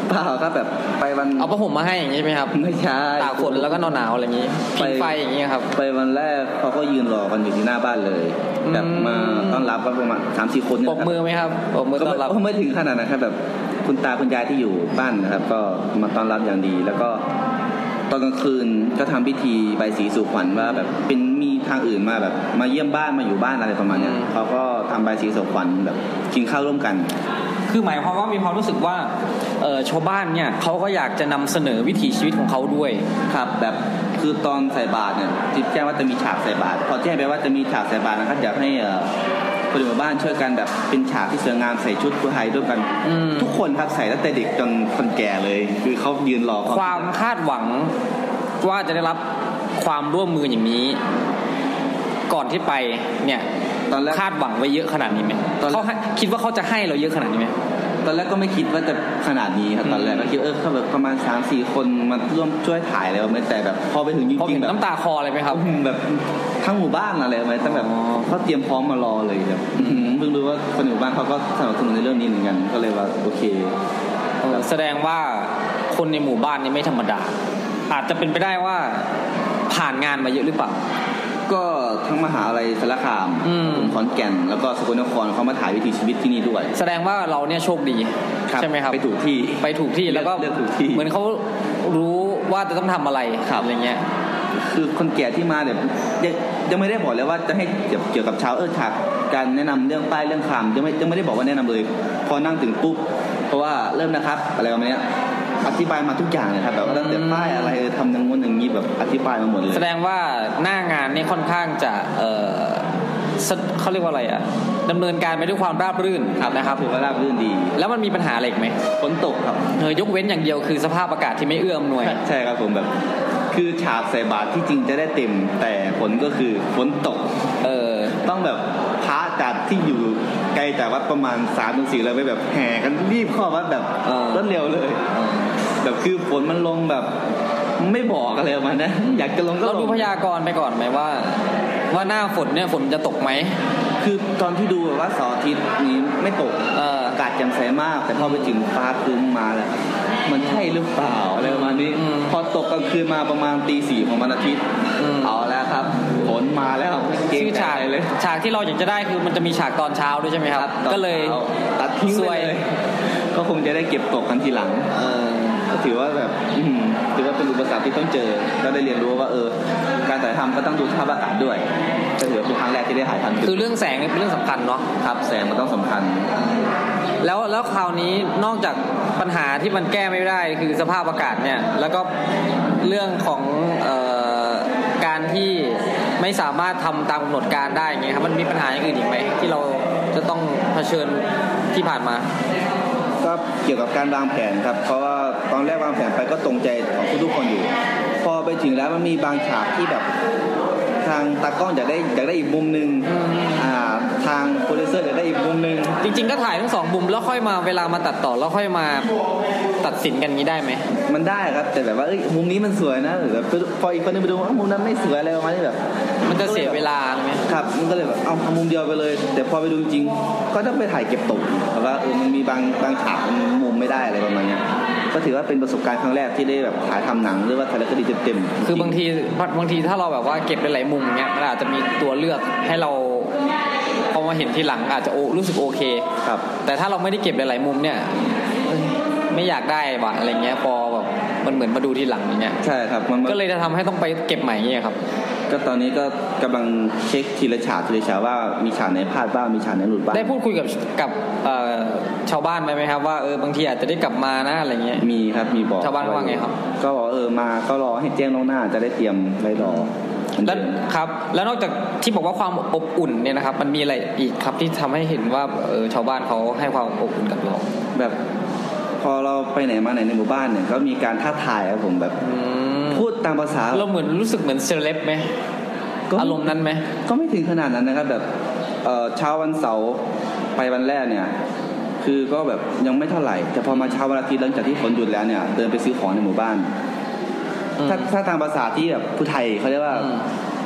เปล่าครับแบบไปวันเอาผ้าห่มมาให้อย่างงี้ใช่ไหมครับไม่ใช่ตากฝนแล้วก็หนาวๆอะไรอย่างงี้ผิงไฟอย่างงี้ครับไปวันแรกเขาก็ยืนรอกันอยู่ที่หน้าบ้านเลยแบบมาต้อนรับก็ประมาณ สามสี่ คนเนี่ยปรบมือมั้ยครับปรบมือต้อนรับก็ไม่ถึงขนาดนั้นครับแบบคุณตาคุณยายที่อยู่บ้านนะครับก็มาต้อนรับอย่างดีแล้วก็ตอนกลางคืนก็ทำพิธีใบสีสู่ขวัญว่าแบบเป็นมีทางอื่นมาแบบมาเยี่ยมบ้านมาอยู่บ้านอะไรประมาณนี้เขาก็ทำใบสีสู่ขวัญแบบกินข้าวร่วมกันคือหมายความว่ามีความรู้สึกว่าเอ่อชาวบ้านเนี่ยเขาก็อยากจะนำเสนอวิถีชีวิตของเขาด้วยครับแบบคือตอนใส่บาตรเนี่ยที่แจ้งว่าจะมีฉากใส่บาตรพอแจ้งไปว่าจะมีฉากใส่บาตรนะครับอยากให้คนในหมู่บ้านช่วยกันแบบเป็นฉากที่สวยงามใส่ชุดไทยด้วยกันทุกคนครับใส่ตั้งแต่เด็กจนคนแก่เลยคือเขายืนรอความคาดหวังว่าจะได้รับความร่วมมืออย่างนี้ก่อนที่ไปเนี่ยตอนแรกคาดหวังไว้เยอะขนาดนี้ไหมเขาคิดว่าเขาจะให้เราเยอะขนาดนี้ไหมตอนแรกก็ไม่คิดว่าจะขนาดนี้ครับตอนแรกก็คิดเออเขาแบบประมาณ สามสี่ คนมาร่วมช่วยถ่ายอะไรแบบนี้แต่แบบพอไปถึงจริงๆแบบน้ำตาคลอเลยไหมครับแบบทั้งหมู่บ้านอะไรแบบนี้ตั้งแบบเขาเตรียมพร้อมมารอเลยแบบเพิ่งรู้ว่าคนหมู่บ้านเขาก็สนับสนุนในเรื่องนี้เหมือนกันก็เลยว่าโอเคแสดงว่าคนในหมู่บ้านนี่ไม่ธรรมดาอาจจะเป็นไปได้ว่าผ่านงานมาเยอะหรือเปล่าก็ทั้งมหาลัยสารคามขอนแก่นแล้วก็สกลนครเขามาถ่ายวิถีชีวิตที่นี่ด้วยแสดงว่าเราเนี่ยโชคดีใช่ไหมครับไปถูกที่ไปถูกที่แล้วก็เหมือนเขารู้ว่าจะต้องทำอะไรอะไรเงี้ยคือคนแก่ที่มาเนี่ยยังไม่ได้บอกเลยว่าจะให้เกี่ยวกับชาวเออฉากการแนะนำเรื่องป้ายเรื่องคำยังไม่ยังไม่ได้บอกว่าแนะนำเลยพอนั่งถึงปุ๊บเพราะว่าเริ่มนะครับอะไรประมาณนี้อธิบายมาทุกอย่างเลยครับแบบตั้งแต่ป้ายอะไรทำอย่างงู้นอย่างนี้แบบอธิบายมาหมดเลยแสดงว่าหน้างานนี่ค่อนข้างจะเออเขาเรียกว่าอะไรอ่ะดำเนินการไปด้วยความราบรื่นนะครับถือว่าราบรื่นดีแล้วมันมีปัญหาอะไรไหมฝนตกครับเออยกเว้นอย่างเดียวคือสภาพอากาศที่ไม่เอื้ออำนวยใช่ครับผมแบบคือฉากใส่บาตรที่จริงจะได้เต็มแต่ผลก็คือฝนตกเออต้องแบบพระจัดที่อยู่ไกลจากวัดประมาณ สามถึงสี่ เลยไปแบบแห่กันรีบเข้าวัดแบบรวดเร็วเลยแบบคือฝนมันลงแบบไม่บอกอะไรมันนะอยากจะลงก็ลงเราดูพยากรณ์ไปก่อนไหมว่าว่าหน้าฝนเนี่ยฝนจะตกไหมคือตอนที่ดูว่าเสาร์อาทิตย์นี้ไม่ตกอากาศแจ่มใสมากแต่พอไปถึงฟ้าครึ้มมาแล้วมันใช่หรือเปล่าอะไรประมาณนี้พอตกกลางคืนมาประมาณตีสี่ของวันอาทิตย์เอาแล้วครับฝนมาแล้วชื่อฉากเลยฉากที่เราอยากจะได้คือมันจะมีฉากตอนเช้าด้วยใช่ไหมครับก็เลยตัดทิ้งไปเลยก็คงจะได้เก็บตกกันทีหลังก็ถือว่าแบบถือว่าเป็นอุปสรรคที่ต้องเจอก็ได้เรียนรู้ว่าเออการถ่ายทำก็ต้องดูสภาพอากาศด้วยก็ถือว่าเป็นครั้งแรกที่ได้ถ่ายทำคือเรื่องแสงเป็นเรื่องสำคัญเนาะครับแสงมันต้องสำคัญแล้วแล้วคราวนี้นอกจากปัญหาที่มันแก้ไม่ได้คือสภาพอากาศเนี่ยแล้วก็เรื่องของเอ่อการที่ไม่สามารถทำตามกำหนดการได้อย่างเงี้ยครับมันมีปัญหาอย่างอื่นอีกไหมที่เราจะต้องเผชิญที่ผ่านมาก็เกี่ยวกับการวางแผนครับเพราะว่าตอนแรกวางแผนไปก็ตรงใจของทุกคนอยู่พอไปถึงแล้วมันมีบางฉากที่แบบทางตากล้องอยากได้อยากได้อีกมุมนึงอ่าทางโปรดิวเซอร์อยากได้อีกมุมนึงจริงๆก็ถ่ายทั้งสองมุมแล้วค่อยมาเวลามาตัดต่อแล้วค่อยมาตัดสินกันงี้ได้ไหมมันได้ครับแต่แบบว่าเอ้ยมุมนี้มันสวยนะหรือแบบพออีกคนนึงไปดูว่ามุมนั้นไม่สวยอะไรประมาณนี้แบบมันจะเสียเวลาใช่มั้ยครับมันก็เลยแบบเอามุมเดียวไปเลยแต่พอไปดูจริงก็ต้องไปถ่ายเก็บตกเพราะว่าเออมันมีบางบางฉากมุมไม่ได้อะไรประมาณนี้ก็ถือว่าเป็นประสบการณ์ครั้งแรกที่ได้แบบถ่ายทำหนังหรือว่าถ่ายละครเต็มๆคือบางทีบางทีถ้าเราแบบว่าเก็บหลายๆมุมเงี้ยมันอาจจะมีตัวเลือกให้เราพอมาเห็นทีหลังอาจจะโอ้รู้สึกโอเคครับแต่ถ้าเราไม่ได้เก็บหลายๆมุมเนี่ยไม่อยากได้ว่ะอะไรเงี้ยพอแบบมันเหมือนมาดูทีหลังอย่างเงี้ยใช่ครับมันก็เลยจะทำให้ต้องไปเก็บใหม่เงี้ยครับก็ตอนนี้ก็กำลังเช็คทีละฉากทีละฉากว่ามีฉากไหนพลาดบ้างมีฉากไหนหลุดบ้างได้พูดคุยกับกับชาวบ้านไหมครับว่าเออบางทีอาจจะได้กลับมานะอะไรเงี้ยมีครับมีบอกชาวบ้านว่าไงครับก็บอกเออมาก็รอให้แจ้งล่วงหน้าจะได้เตรียมไว้รอแล้วครับแล้วนอกจากที่บอกว่าความอบอุ่นเนี่ยนะครับมันมีอะไรอีกครับที่ทำให้เห็นว่าเออชาวบ้านเขาให้ความอบอุ่นกับเราแบบพอเราไปไหนมาไหนในหมู่บ้านเนี่ยก็มีการท้าทายครับผมแบบพูดตามภาษาเราเหมือนรู้สึกเหมือนเซเลบไหมอารมณ์นั้นไหมก็ไม่ถึงขนาดนั้นนะครับแบบเอ่อเช้าวันเสาร์ไปวันแรกเนี่ยคือก็แบบยังไม่เท่าไหร่แต่พอมาเช้าวันอาทิตย์หลังจากที่ฝนหยุดแล้วเนี่ยเดินไปซื้อของในหมู่บ้านถ้าถ้าตามภาษาที่แบบผู้ไทยเขาเรียกว่า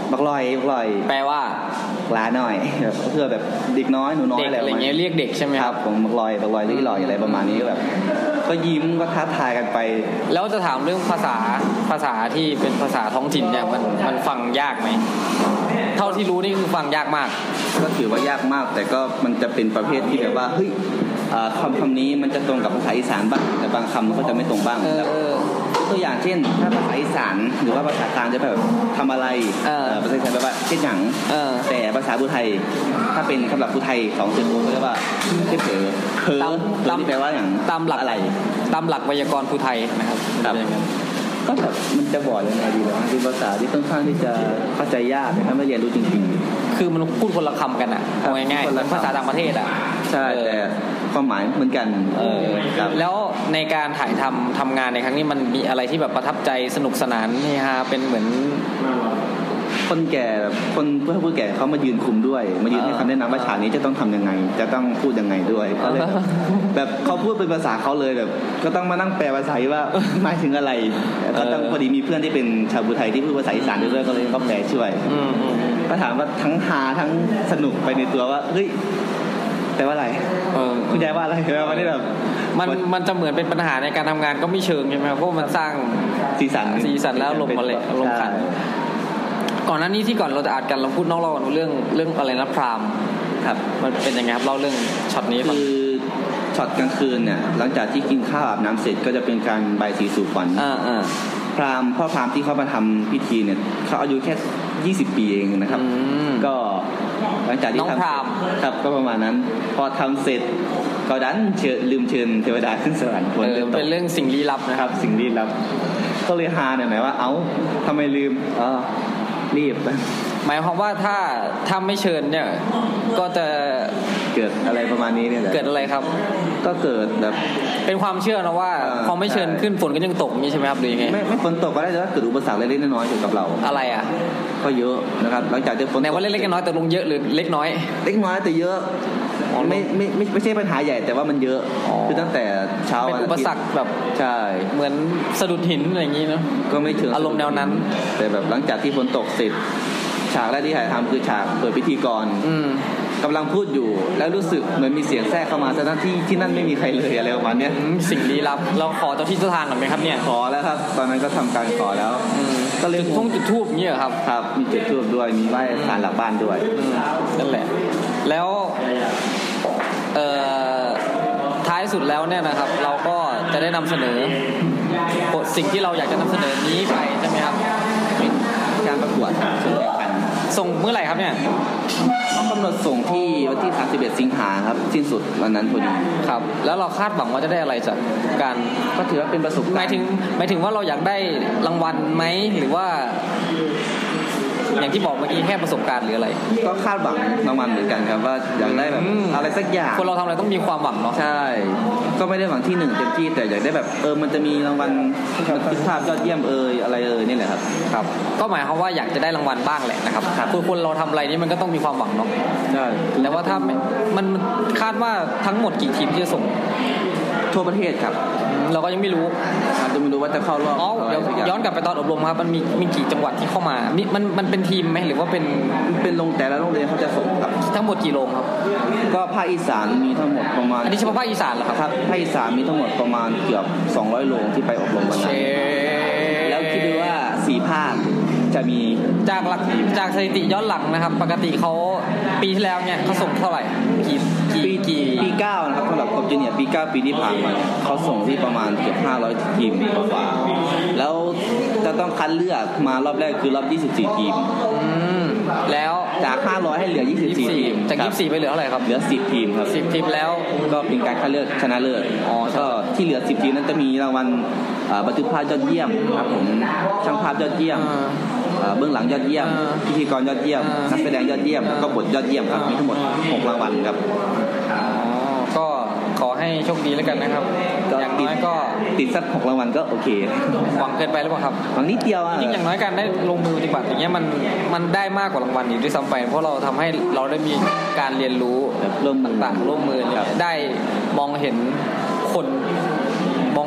บักลอยบักลอยแปลว่าหลาหน่อยเพื่อแบบเด็กน้อยหนูน้อยอะไรอะไรเงี้ยเรียกเด็กใช่ไหมครับผมบักลอยบักลอยหรือลอยอะไรประมาณนี้ก็แบบก็ยิ้มก็ท้าทายกันไปแล้วจะถามเรื่องภาษาภาษาที่เป็นภาษาท้องถิ่นเนี่ยมันมันฟังยากไหมเท่าที่รู้นี่คือฟังยากมากก็ถือว่ายากมากแต่ก็มันจะเป็นประเภทที่แบบว่าเฮ้ยคำคำนี้มันจะตรงกับภาษาอีสานบ้างแต่บางคำมันก็จะไม่ตรงบ้างตัวอย่างเช่นถ้าภาษาอีสานหรือว่าภาษากลางจะแบบทำอะไรภาษาไทยแบบว่าเช่นหยังแต่ภาษาพูไทยถ้าเป็นคำหลักพูไทยของเสียงโอเรียกว่าเช่นเผลอเผลอตามแปลว่าอย่างตามหลักอะไรตามหลักไวยากรณ์พูไทยนะครับก็แบบมันจะบอกยังไงดีวะเป็นภาษาที่ค่อนข้างที่จะเข้าใจยากถ้าไม่เรียนรู้จริงๆคือมันพูดคนละคำกันอ่ะง่ายๆภาษาต่างประเทศอ่ะใช่แต่ความหมายเหมือนกันเออแล้วในการถ่ายทำทำงานในครั้งนี้มันมีอะไรที่แบบประทับใจสนุกสนานนี่ฮะเป็นเหมือนคนแก่แบบคนเพื่อผู้แก่เขามายืนคุมด้วยมายืนให้คำแนะนำว่าฉากนี้จะต้องทำยังไงจะต้องพูดยังไงด้วยก็เลยแบบเขาพูดเป็นภาษาเขาเลยแบบก็ต้องมานั่งแปลภาษาว่าหมายถึงอะไรก็ต้องพอดีมีเพื่อนที่เป็นชาวพุทธไทยที่พูดภาษาอีสานด้วยก็เลยเขาแปลช่วยก็ถามว่าทั้งฮาทั้งสนุกไปในตัวว่าเฮ้ยแต่ว่าอะไรคุณยายว่าอะไรไม่ได้แบบมันมันจะเหมือนเป็นปัญหาในการทำงานก็ไม่เชิงใช่ไหมเพราะมันสร้างสีสันสีสันแล้วลงมาเลยลงขันก่อนหน้านี้ที่ก่อนเราจะอัดกันเราพูดนอกรอบเรื่องเรื่องอะไรนะพรามครับมันเป็นยังไงครับเล่าเรื่องช็อตนี้คือช็อตกลางคืนเนี่ยหลังจากที่กินข้าวอาบน้ำเสร็จก็จะเป็นการใบสีสู่ขวัญอ่าอ่าพรามพ่อพรามที่เขามาทำพิธีเนี่ยเขาอายุแค่ยี่สิบปีเองนะครับก็หลังจากที่ทำครับก็ประมาณนั้นพอทำเสร็จก็ดันเชิญลืมเชิญเทวดาขึ้นสวรรค์เออเป็นเรื่องสิ่งลี้ลับนะครับสิ่งลี้ลับก็เลยฮาหน่อยๆว่าเอ้าทำไมลืมอ๋อรีบหมายความว่าถ้าถ้าไม่เชิญเนี่ยก็จะเกิดอะไรประมาณนี้เนี่ยเกิดอะไรครับก็เกิดแบบเป็นความเชื่อนะว่าพอไม่เชิญขึ้นฝนก็ยังตกนี่ใช่ไหมครับหรือยังไงไม่ไม่ฝนตกก็ได้แต่ว่าเกิดอุปสรรคเล็กๆน้อยๆเกี่ยวกับเราอะไรอ่ะก็เยอะนะครับหลังจากที่ฝนแต่ว่าเล็กๆน้อยๆแต่ลงเยอะหรือเล็กน้อยเล็กน้อยแต่เยอะไม่ไม่ไม่ไม่ใช่ปัญหาใหญ่แต่ว่ามันเยอะคือตั้งแต่เช้าเป็นอุปสรรคแบบใช่เหมือนสะดุดหินอะไรอย่างนี้เนาะก็ไม่ถึงอารมณ์แนวนั้นแต่แบบหลังจากที่ฝนตกเสร็จฉากแรกที่ถ่ายทำคือฉากเปิดพิธีกรกำลังพูดอยู่แล้วรู้สึกเหมือนมีเสียงแทรกเข้ามาแต่ที่ที่นั่นไม่มีใครเลยอะไรประมาณนี้สิ่งลี้ลับเราขอเจ้าที่เจ้าทางหน่อยไหมครับเนี่ยขอแล้วครับตอนนั้นก็ทำการขอแล้วก็เลยต้องจุดธูปเงี้ยครับครับมีจุดธูปด้วยมีไหว้ศาลหลักบ้านด้วยนั่นแหละแล้วเอ่อท้ายสุดแล้วเนี่ยนะครับเราก็จะได้นำเสนอสิ่งที่เราอยากจะนำเสนอนี้ไปใช่ไหมครับการประกวดส่งเมื่อไหร่ครับเนี่ยเขากำหนดส่งที่วันที่สามสิบเอ็ดสิงหาครับสิ้นสุดวันนั้นพอดีครับแล้วเราคาดหวังว่าจะได้อะไรจากการก็ถือว่าเป็นประสบการณ์หมายถึงหมายถึงว่าเราอยากได้รางวัลไหมหรือว่าอย่างที่บอกเมื่อกี้แค่ประสบการณ์หรืออะไรก็คาดหวังรางวัลเหมือนกันครับว่าอยากได้แบบอะไรสักอย่างคนเราทำอะไรต้องมีความหวังเนาะใช่ก็ไม่ได้หวังที่หนึ่งเต็มที่แต่อยากได้แบบเออมันจะมีรางวัลภาพยอดเยี่ยมเอ่ยอะไรเอ่ยนี่แหละครับครับก็หมายความว่าอยากจะได้รางวัลบ้างแหละนะครับคือคนเราทำอะไรนี่มันก็ต้องมีความหวังเนาะใช่แต่ว่าถ้ามันคาดว่าทั้งหมดกี่ทีมที่จะส่งทั่วประเทศครับเราก็ยังไม่รู้อาจจะไม่รู้ว่าจะเข้ารอบอ๋อเดี๋ยวย้อนกลับไปตอนอบรมครับมันมีมีกี่จังหวัดที่เข้ามามีมันมันเป็นทีมไหมหรือว่าเป็นเป็นโรงแต่ละโรงเรียนเขาจะส่งครับทั้งหมดกี่โรงครับก็ภาคอีสานมีทั้งหมดประมาณอันนี้เฉพาะภาคอีสานเหรอครับครับภาคอีสานมีทั้งหมดประมาณเกือบสองร้อยโรงที่ไปอบรมวันนั้นแล้วคิดดูว่าสี่ภาคจะมีจากหลักจากสถิติย้อนหลังนะครับปกติเขาปีที่แล้วเนี่ยเขาส่งเท่าไหร่กี่ปีกี่ปีเก้านะครับสำหรับคอมจูเนียร์ปีเก้าปีที่ผ่านมาเขาส่งที่ประมาณเกือบห้าร้อยทีมกว่าแล้วจะต้องคัดเลือกมารอบแรกคือรอบยี่สิบสี่ทีมอืมแล้วจากห้าร้อยให้เหลือยี่สิบสี่ทีมจากยี่สิบสี่ไปเหลือเท่าไหร่ครับเหลือสิบทีมครับสิบทีมแล้วก็เป็นการคัดเลือกชนะเลิศอ๋อก็ที่เหลือสิบทีมนั้นจะมีรางวัลบันทึกภาพยอดเยี่ยมครับผมช่างภาพยอดเยี่ยมเบื้องหลังยอดเยี่ยมพิธีกรยอดเยี่ยมนักแสดงยอดเยี่ยมแล้วก็บทยอดเยี่ยมครับมีทั้งหมดหกรางวัลครับอ๋อก็ขอให้โชคดีแล้วกันนะครับอย่างน้อยก็ติดสักหกรางวัลก็โอเคหวังเกินไปหรือเปล่าครับหวังนิดเดียวจริงอย่างน้อยการได้ลงมือปฏิบัติอย่างเงี้ยมันมันได้มากกว่ารางวัลอีกด้วยซ้ำไปเพราะเราทำให้เราได้มีการเรียนรู้ร่วมต่างๆร่วมมือได้มองเห็นคนมอง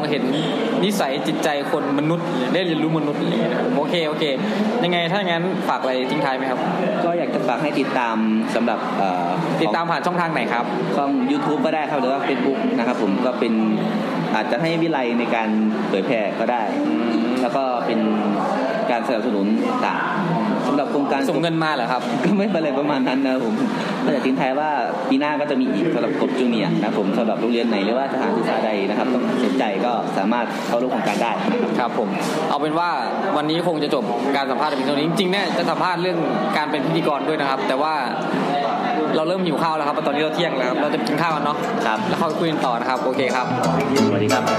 เห็นนิสัยจิตใจคนมนุษย์ได้เรียนรู้มนุษย์อะไรอย่างเงี้ยโอเคโอเคยังไงถ้างั้นฝากอะไรทิ้งท้ายไหมครับก็อยากจะฝากให้ติดตามสำหรับติดตามผ่านช่องทางไหนครับช่อง YouTube ก็ได้ครับหรือว่า Facebook นะครับผมก็เป็นอาจจะให้วิไลในการเผยแพร่ก็ได้แล้วก็เป็นการสนับสนุนต่างสำหรับโครงการส่งเงินมาเหรอครับก็ไม่เป็นไรประมาณนั้นนะผมก็จะทิ้งท้ายว่าปีหน้าก็จะมีอีกสำหรับกบจูเนียร์นะผมสำหรับโรงเรียนไหนหรือว่าสถานศึกษาใดนะครับต้องสนใจก็สามารถเข้าร่วมโครงการได้ครับผมเอาเป็นว่าวันนี้คงจะจบการสัมภาษณ์เพียงเท่านี้จริงๆเนี่ยจะสัมภาษณ์เรื่องการเป็นพิธีกรด้วยนะครับแต่ว่าเราเริ่มหิวข้าวแล้วครับตอนนี้เราเที่ยงแล้วครับเราจะกินข้าวกันเนาะครับแล้วเขาคุยกันต่อนะครับโอเคครับสวัสดีครับ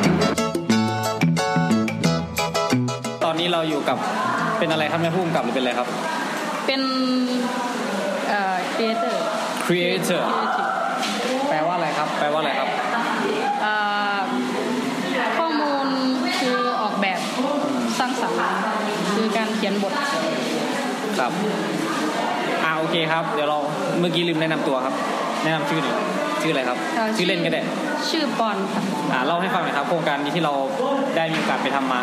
ตอนนี้เราอยู่กับเป็นอะไรครับแม่ผู้กำกับหรือเป็นอะไรครับเป็นเอ่อ creator creator แปลว่าอะไรครับแปลว่าอะไรครับเอ่อข้อมูลคือออกแบบสร้างสรรค์คือการเขียนบทครับอ่าโอเคครับเดี๋ยวเราเมื่อกี้ลืมแนะนำตัวครับแนะนำชื่อหน่อยชื่ออะไรครับชื่อเล่นก็ได้ชื่อปอนครับอ่าเล่าให้ฟังหน่อยครับโครงการนี้ที่เราได้มีโอกาสไปทำมา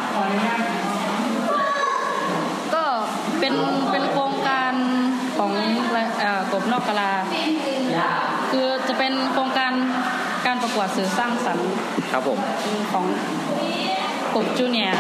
ก็เป็นเป็นโครงการของเอ่อกบนอกกะลาคือจะเป็นโครงการการประกวดสื่อสร้างสรรค์ครับผมของกบจูเนียร์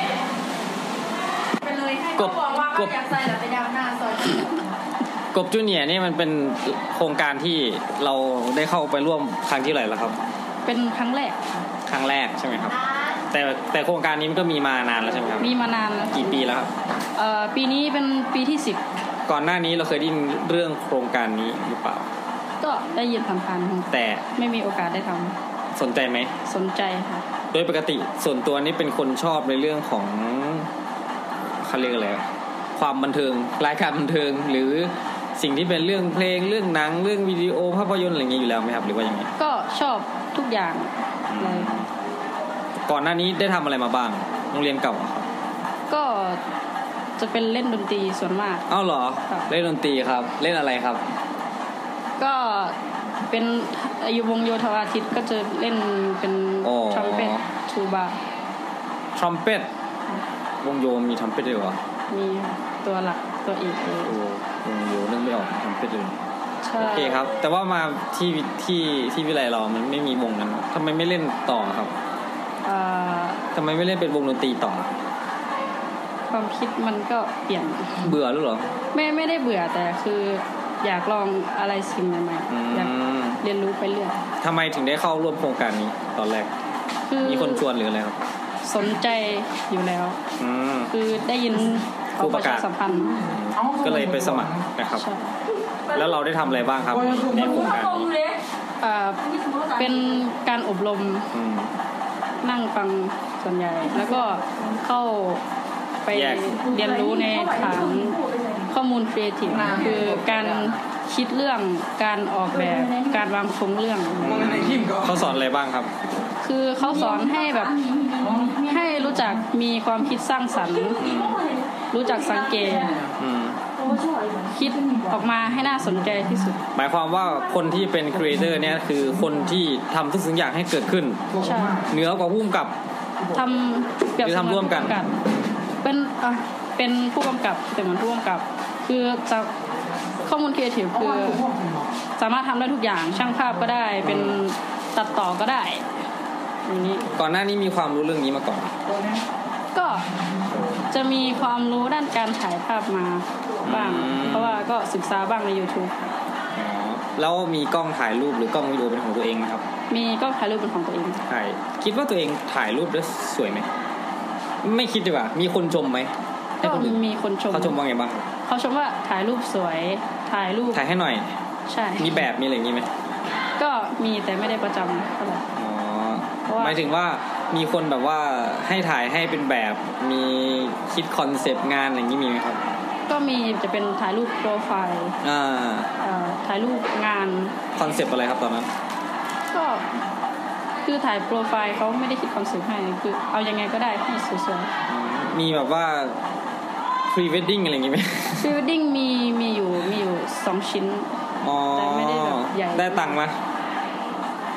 กบกบอยากใส่แล้วไปดาวหน้าซอยกบจูเนียร์นี่มันเป็นโครงการที่เราได้เข้าไปร่วมครั้งที่เท่าไหร่แล้วครับเป็นครั้งแรกครั้งแรกใช่ไหมครับแต่แต่โครงการนี้มันก็มีมานานแล้วใช่ไหมครับมีมานานแล้วกี่ปีแล้วครับเอ่อปีนี้เป็นปีที่สิบก่อนหน้านี้เราเคยได้ยินเรื่องโครงการนี้หรือเปล่าก็ได้ยินผ่านๆแต่ไม่มีโอกาสได้ทำสนใจไหมสนใจค่ะโดยปกติส่วนตัวนี้เป็นคนชอบในเรื่องของเขาเรียกอะไรความบันเทิงรายการบันเทิงหรือสิ่งที่เป็นเรื่องเพลงเรื่องหนังเรื่องวิดีโอภาพยนตร์อะไรอย่างนี้อยู่แล้วไหมครับหรือว่ายังไงก็ชอบทุกอย่างเลยก่อนหน้านี้ได้ทำอะไรมาบ้างโรงเรียนเก่าครับก็จะเป็นเล่นดนตรีส่วนมากอ้าวเหรอเล่นดนตรีครับเล่นอะไรครับก็เป็นอายุวงโยธวาทิตก็จะเล่นเป็นทรัมเป็ตทูบาทรัมเป็ตวงโยมีทรัมเป็ตด้วยเหรอมีตัวหลักตัวเอกเลยวงโยนึกไม่ออกทรัมเป็ตเลยโอเคครับแต่ว่ามาที่ที่ที่วิไลเรามันไม่มีวงนั้นทำไมไม่เล่นต่อครับทำไมไม่เล่นเป็นวงดนตรีต่อความคิดมันก็เปลี่ยนเบื่อหรือเหรอไม่ไม่ได้เบื่อแต่คืออยากลองอะไรสิ่งใหม่ๆอยากเรียนรู้ไปเรื่อยทำไมถึงได้เข้าร่วมโครงการนี้ตอนแรกมีคนชวนหรืออะไรครับสนใจอยู่แล้วคือได้ยินเขาประชาสัมพันธ์ก็เลยไปสมัครนะครับแล้วเราได้ทำอะไรบ้างครับในโครงการนี้เป็นการอบรมนั่งฟังส่วนใหญ่แล้วก็เข้าไปเรียนรู้ในฐานข้อมูลครีเอทีฟคือการคิดเรื่องการออกแบบการวางโครงเรื่องเขาสอนอะไรบ้างครับคือเขาสอนให้แบบให้รู้จักมีความคิดสร้างสรรค์รู้จักสังเกตคิดออกมาให้น่าสนใจที่สุดหมายความว่าคนที่เป็นครีเอเตอร์เนี่ยคือคนที่ทำทุกสิ่งอย่างให้เกิดขึ้นเหนือกว่าผู้กำกับทำเกี่ยวกับทำร่วมกันเป็นอ่ะเป็นผู้กำกับแต่เหมือนผู้กำกับคือจะข้อมูลครีเอทีฟคือสามารถทำได้ทุกอย่างช่างภาพก็ได้เป็นตัดต่อก็ได้อย่างนี้ก่อนหน้านี้มีความรู้เรื่องนี้มาก่อนก็จะมีความรู้ด้านการถ่ายภาพมาบ้างเพราะว่าก็ศึกษาบ้างใน YouTube อ๋อแล้วมีกล้องถ่ายรูปหรือกล้องวิดีโอเป็นของตัวเองไหมครับมีกล้องถ่ายรูปเป็นของตัวเองถ่ายคิดว่าตัวเองถ่ายรูปได้สวยไหมไม่คิดดีกว่ามีคนชมไหมก็มีคนชมเขาชมว่าไงบ้างเขาชมว่าถ่ายรูปสวยถ่ายรูปถ่ายให้หน่อยใช่มีแบบมีอะไรอย่างงี้ไหมก็มีแต่ไม่ได้ประจำเท่าไหร่อ๋อหมายถึงว่ามีคนแบบว่าให้ถ่ายให้เป็นแบบมีคิดคอนเซปต์งานอย่างนี้มีไหมครับก็มีจะเป็นถ่ายรูปโปรไฟล์อ่าถ่ายรูปงานคอนเซปต์อะไรครับตอนนั้นก็คือถ่ายโปรไฟล์เขาไม่ได้คิดคอนเซปต์ให้คือเอายังไงก็ได้ให้สวยๆมีแบบว่าพรีเวดดิ้งอะไรอย่างงี้ไหมพรีเวดดิ้งมีมีอยู่มีอยู่สองชิ้นแต่ไม่ได้แบบใหญ่ได้ตังค์มั้ย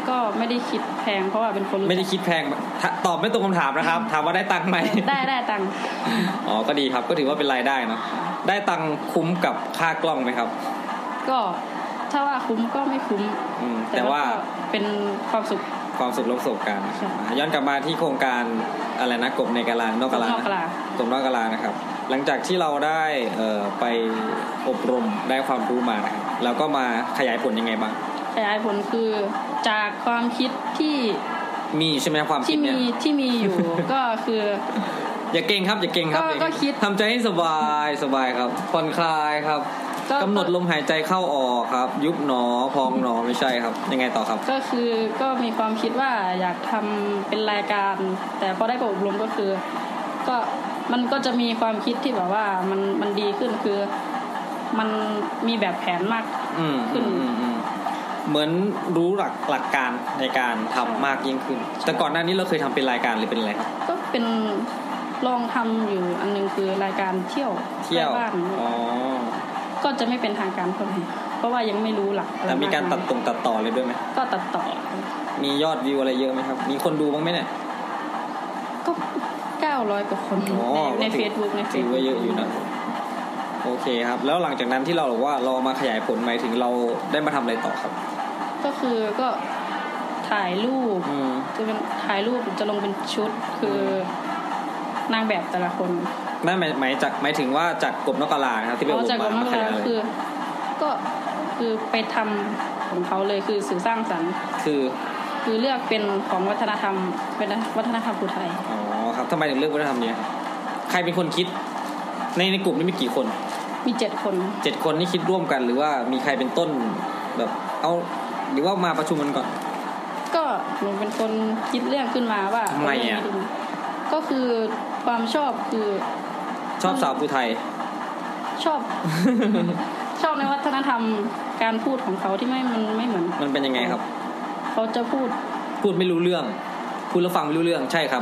ก็ไม่ได้คิดแพงเพราะว่าเป็นคนไม่ได้คิดแพงตอบไม่ตรงคำถามนะครับถามว่าได้ตังค์ไหมได้ได้ตังค์อ๋อก็ดีครับก็ถือว่าเป็นรายได้เนาะได้ตังค์คุ้มกับค่ากล้องไหมครับก็ถ้าว่าคุ้มก็ไม่คุ้มแต่ว่าเป็นความสุขความสุขและประสบการณ์ย้อนกลับมาที่โครงการอะไรนะกบในกะลานอกกะลากบนอกกะลานะครับหลังจากที่เราได้เอ่อไปอบรมได้ความรู้มานะครับแล้วก็มาขยายผลยังไงบ้างขยายผลคือจากความคิดที่มีใช่ไหมความคิดเนี่ยที่มีที่มีอยู่ก็คืออย่าเก่งครับอย่าเก่งครับก็คิดทำใจให้สบายสบายครับผ่อนคลายครับกำหนดลมหายใจเข้าออกครับยุบหนอพองหนอไม่ใช่ครับยังไงต่อครับก็คือก็มีความคิดว่าอยากทำเป็นรายการแต่พอได้ไปอบรมก็คือก็มันก็จะมีความคิดที่แบบว่ามันมันดีขึ้นคือมันมีแบบแผนมากขึ้นเหมือนรู้หลักหลักการในการทำมากยิ่งขึ้นแต่ก่อนหน้านี้เราเคยทำเป็นรายการหรือเป็นอะไรครับก็เป็นลองทำอยู่อันนึงคือรายการเที่ยวเที่ยวบ้านอ๋อก็จะไม่เป็นทางการเท่าไหร่เพราะว่ายังไม่รู้หลักแต่มีการตัดตรงตัดต่อเลยด้วยไหมก็ตัดต่อมียอดวิวอะไรเยอะไหมครับมีคนดูบ้างไหมเนี่ยก็เก้าร้อยกว่าคนในใน Facebook ใน Facebook ถือว่าเยอะอยู่นะโอเคครับแล้วหลังจากนั้นที่เราบอกว่าเรามาขยายผลหมายถึงเราได้มาทำอะไรต่อครับก็คือก็ถ่ายรูปจะเป็นถ่ายรูปจะลงเป็นชุดคือนางแบบแต่ละคนนั่นหมายหมายจากหมายถึงว่าจากกบนกกะลาครับที่ไปอบรมมาคือก็คือไปทำของเขาเลยคือสื่อสร้างสรรค์คือคือเลือกเป็นของวัฒนธรรมเป็นวัฒนธรรมภูไทยอ๋อครับทำไมถึงเลือกวัฒนธรรมนี้ใครเป็นคนคิดในในกลุ่มนี้มีกี่คนมีเจ็ดคนเจ็ดคนนี่คิดร่วมกันหรือว่ามีใครเป็นต้นแบบเอาหรือว่ามาประชุมกันก่อนก็หนูเป็นคนคิดเรื่องขึ้นมาว่าทำไมอ่ะก็คือความชอบคือชอบสาวภูไทยชอบ ชอบในวัฒนธรรมการพูดของเขาที่ไม่มันไม่เหมือนมันเป็นยังไงครับเขาจะพูดพูดไม่รู้เรื่องพูดแล้วฟังไม่รู้เรื่องใช่ครับ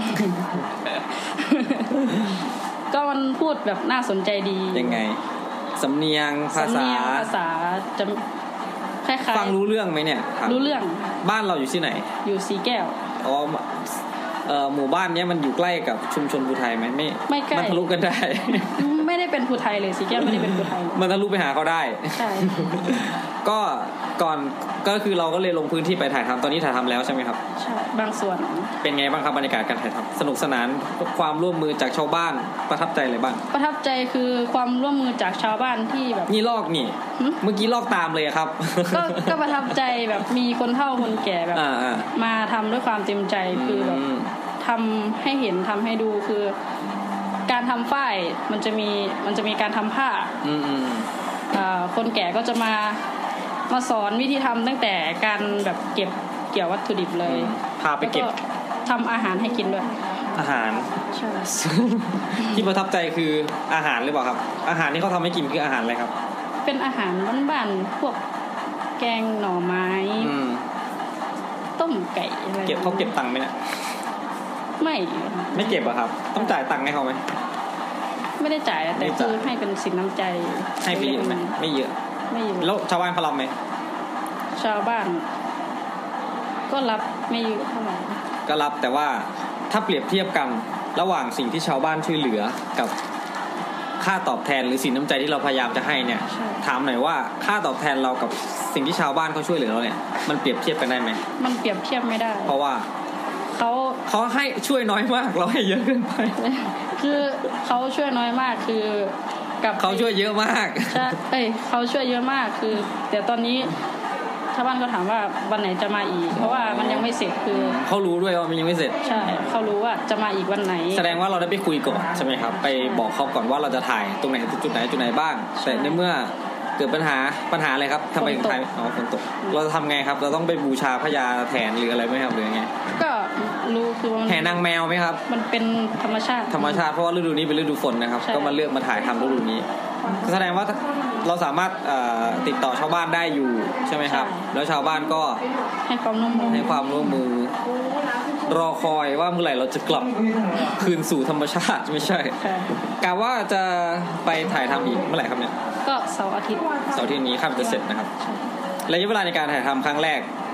ก็มันพูดแบบน่าสนใจดียังไงสำเนียงภาษาภาษาจะคล้ายๆฟังรู้เรื่องไหมเนี่ยรู้เรื่องบ้านเราอยู่ที่ไหนอยู่สีแก้วอ๋อเอ่อหมู่บ้านเนี้ยมันอยู่ใกล้กับชุมชนภูไทยไหมไม่ไม่ใกล้มันทะลุกันได้ไม่ได้เป็นภูไทยเลยสีแก้วไม่ได้เป็นภูไทยมันทะลุไปหาเขาได้ใช่ก็ก่อนก็คือเราก็เลยลงพื้นที่ไปถ่ายทำตอนนี้ถ่ายทำแล้วใช่ไหมครับใช่บางส่วนเป็นไงบ้างครับบรรยากาศการถ่ายทำสนุกสนานความร่วมมือจากชาวบ้านประทับใจอะไรบ้างประทับใจคือความร่วมมือจากชาวบ้านที่แบบนี่ลอกนี่เมื่อกี้ลอกตามเลยครับก็ก็ประทับใจแบบมีคนเฒ่าคนแก่แบบมาทำด้วยความเต็มใจคือแบบทำให้เห็นทำให้ดูคือการทำฝ้ายมันจะมีมันจะมีการทำผ้าคนแก่ก็จะมามาสอนวิธีทำตั้งแต่การแบบเก็บเกี่ยววัตถุดิบเลยพาไปเก็บทำอาหารให้กินด้วยอาหารใช่ที่ประทับใจคืออาหารหรือเปล่าครับอาหารที่เขาทำให้กินคืออาหารอะไรครับเป็นอาหารบ้านๆพวกแกงหน่อไม้ต้มไก่อะไรเก็บเขาเก็บตังค์ไหมเนี่ยไม่ไม่เก็บอะครับต้องจ่ายตังค์ให้เขาไหมไม่ได้จ่ายแต่คือให้เป็นสินน้ำใจให้ฟรีไหมไม่เยอะไม่เยอะแล้วชาวบ้านเขารับไหมชาวบ้านก็รับไม่เยอะเท่าไหร่ก็รับแต่ว่าถ้าเปรียบเทียบกันระหว่างสิ่งที่ชาวบ้านช่วยเหลือกับค่าตอบแทนหรือสินน้ำใจที่เราพยายามจะให้เนี่ยถามหน่อยว่าค่าตอบแทนเรากับสิ่งที่ชาวบ้านเขาช่วยเหลือเราเนี่ยมันเปรียบเทียบกันได้ไหมมันเปรียบเทียบไม่ได้เพราะว่าเขาเขาให้ช่วยน้อยมากเราให้เยอะเกินไปคือเขาช่วยน้อยมากคือกับเขาช่วยเยอะมากใช่เอ้ยเขาช่วยเยอะมากคือแต่ตอนนี้ชาวบ้านก็ถามว่าวันไหนจะมาอีกเพราะว่ามันยังไม่เสร็จคือเขารู้ด้วยว่ามันยังไม่เสร็จใช่เขารู้ว่าจะมาอีกวันไหนแสดงว่าเราได้ไปคุยก่อนใช่ไหมครับไปบอกเขาก่อนว่าเราจะถ่ายตรงไหนจุดไหนจุดไหนบ้างแต่ในเมื่อเกิดปัญหาปัญหาอะไรครับทำไมถึงถ่ายอ๋อฝนตกเราจะทำไงครับเราต้องไปบูชาพญาแถนหรืออะไรไหมครับหรือไงก็รู้คือแห่นางแมวไหมครับมันเป็นธรรมชาติธรรมชาติเพราะว่าฤดูนี้เป็นฤดูฝนนะครับก็มาเลือกมาถ่ายทำฤดูนี้แสดงว่าเราสามารถติดต่อชาวบ้านได้อยู่ใช่ไหมครับแล้วชาวบ้านก็ให้ความร่วมมือให้ความร่วมมือรอคอยว่าเมื่อไหร่เราจะกลับคืนสู่ธรรมชาติไม่ใช่กะว่าจะไปถ่ายทำอีกเมื่อไหร่ครับเนี่ยก็เสาร์อาทิตย์เสาร์อาทิตย์นี้ครับจะเสร็จนะครับระยะเวลาในการถ่ายทำครั้งแรก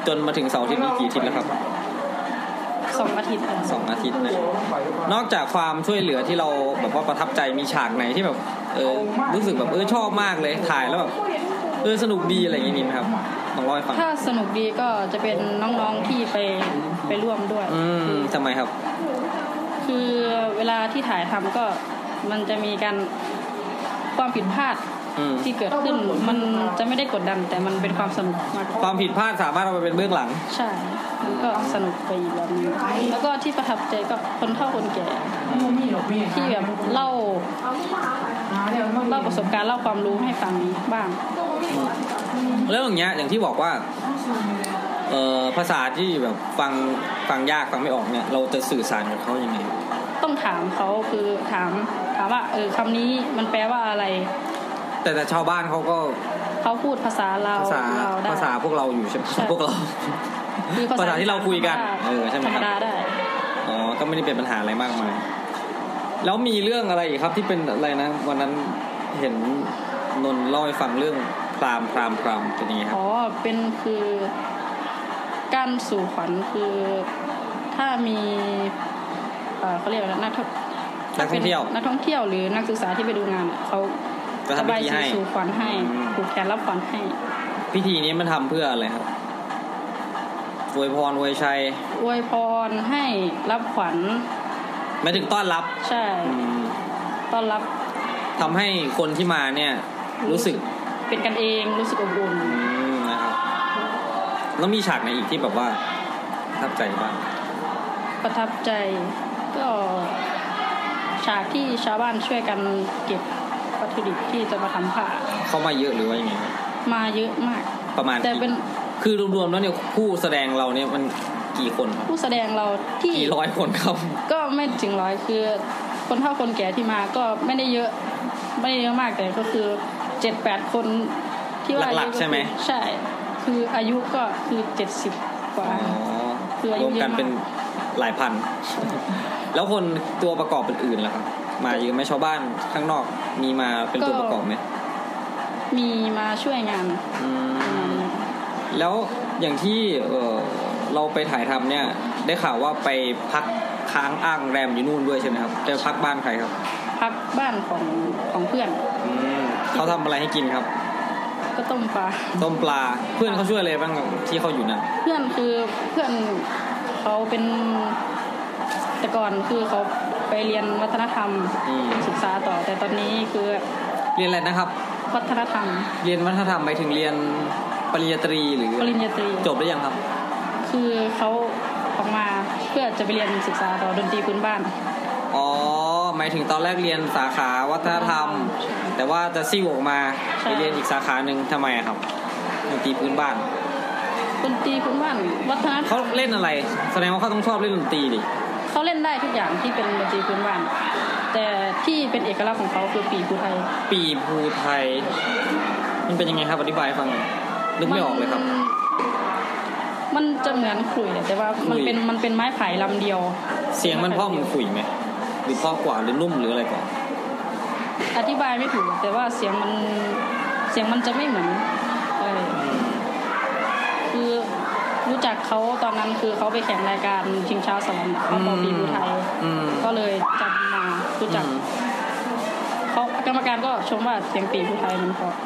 จนมาถึงเสาร์อาทิตย์นี้กี่อาทิตย์แล้วครับสองอาทิตย์สองอาทิตย์นะนอกจากความช่วยเหลือที่เราแบบว่าประทับใจมีฉากไหนที่แบบเออรู้สึกแบบเออชอบมากเลยถ่ายแล้วแบบเออสนุกดีอะไรอย่างงี้มั้ยครับลองเล่าให้ฟังถ้าสนุกดีก็จะเป็นน้องๆที่ไปไปร่วมด้วยอืมทำไมครับคือเวลาที่ถ่ายทำก็มันจะมีการความผิดพลาดที่เกิดขึ้นมันจะไม่ได้กดดันแต่มันเป็นความสนุกมากความผิดพลาดสามารถเอาไปเป็นเบื้องหลังใช่มันก็สนุกไปอีกแบบนึงแล้วก็ที่ประทับใจก็คนเฒ่าคนแก่ที่แบบเล่าเล่าประสบการณ์เล่าความรู้ให้ฟังบ้างแล้วอย่างเงี้ยอย่างที่บอกว่าเอ่อภาษาที่แบบฟังฟังยากฟังไม่ออกเนี่ยเราจะสื่อสารกับเขายังไงต้องถามเขาคือถามถามว่าเออคำนี้มันแปลว่าอะไรแต่แต่ชาวบ้านเขาก็เขาพูดภาษาเราภาษาภาษาพวกเราอยู่ใช่ไหมพวกเราภาษาที่เราคุยกันเออใช่ไหมครับได้อ๋อก็ไม่ได้เป็นปัญหาอะไรมากมายแล้วมีเรื่องอะไรอีกครับที่เป็นอะไรนะวันนั้นเห็นนนเล่าให้ฟังเรื่องพรามพรามพรามเป็นยังไงครับอ๋อเป็นคือการสู่ขวัญคือถ้ามีเอ่อเขาเรียกว่านักนักท่องเที่ยวนักท่องเที่ยวหรือนักศึกษาที่ไปดูงานเขาจะใบสีสู่ขวัญให้ผูกแขนรับขวัญให้พิธีนี้มันทำเพื่ออะไรครับอวยพรอวยชัยอวยพรให้รับขวัญหมายถึงต้อนรับใช่ต้อนรับทำให้คนที่มาเนี่ยรู้สึกเป็นกันเองรู้สึกอบอุ่นนะครับแล้วมีฉากไหนอีกที่แบบว่าประทับใจบ้างประทับใจก็ฉากที่ชาวบ้านช่วยกันเก็บวัตถุดิบที่จะมาทำผ้าเขามาเยอะหรือว่ายังไงมาเยอะมากประมาณแต่เป็นคือรวมๆแล้วเนี่ยผู้แสดงเราเนี่ยมันกี่คนผู้แสดงเราที่กี่ร้อยคนครับก็ไม่ถึงร้อยคือคนเฒ่าคนแก่ที่มาก็ไม่ได้เยอะไม่ได้เยอะมากแต่ก็คือ เจ็ดแปด คนที่ว่าหลักๆใช่ไหมใช่คืออายุก็คือเจ็ดสิบกว่าคืออายุรวมกันเป็นหลายพันแล้วคนตัวประกอบอื่นๆล่ะครับมาเยอะไหมชาวบ้านข้างนอกมีมาเป็นตัวประกอบไหมมีมาช่วยงานแล้วอย่างที่เอ่อเราไปถ่ายทำเนี่ยได้ข่าวว่าไปพักค้างอ้างแรมอยู่นู่นด้วยใช่ไหมครับจะพักบ้านใครครับพักบ้านของของเพื่อนเขาทำอะไรให้กินครับก็ต้มปลาต้มปลาเพื่อนเขาช่วยอะไรบ้างที่เขาอยู่นั่นเพื่อนคือเพื่อนเขาเป็นแต่ก่อนคือเขาไปเรียนวัฒนธรรมศึกษาต่อแต่ตอนนี้คือเรียนอะไรนะครับวัฒนธรรมเรียนวัฒนธรรมไปถึงเรียนปริญญาตรีหรือปริญญาตรีจบหรือยังครับคือเขาออกมาเพื่อจะไปเรียนศึกษาต่อดนตรีพื้นบ้านอ๋อหมายถึงตอนแรกเรียนสาขาวัฒนธรรมแต่ว่าจะซิ่วออกมาไปเรียนอีกสาขาหนึ่งทำไมครับดนตรีพื้นบ้านดนตรีพื้นบ้านวัฒนธรรมเขาเล่นอะไรแสดงว่าเขาต้องชอบเล่นดนตรีดิเขาเล่นได้ทุกอย่างที่เป็นดนตรีพื้นบ้านแต่ที่เป็นเอกลักษณ์ของเขาคือปีภูไทยปีภูไทยมันเป็นยังไงครับอธิบายฟังนึกไม่ออกเลยครับมันจะเหมือนขลุ่ยแต่ว่ามันเป็นมันเป็นไม้ไผ่ลำเดียวเสียงมันเพราะเหมือนขลุ่ยไหมหรือเพราะกว่าหรือนุ่มหรืออะไรก่อนอธิบายไม่ถูกแต่ว่าเสียงมันเสียงมันจะไม่เหมือนอะไรคือรู้จักเขาตอนนั้นคือเขาไปแข่งรายการชิงช้าสวรรค์เขาปอปีภูไทยก็เลยจำมารู้จักเขากรรมการก็ชมว่าเสียงปีภูไทยมันเพราะ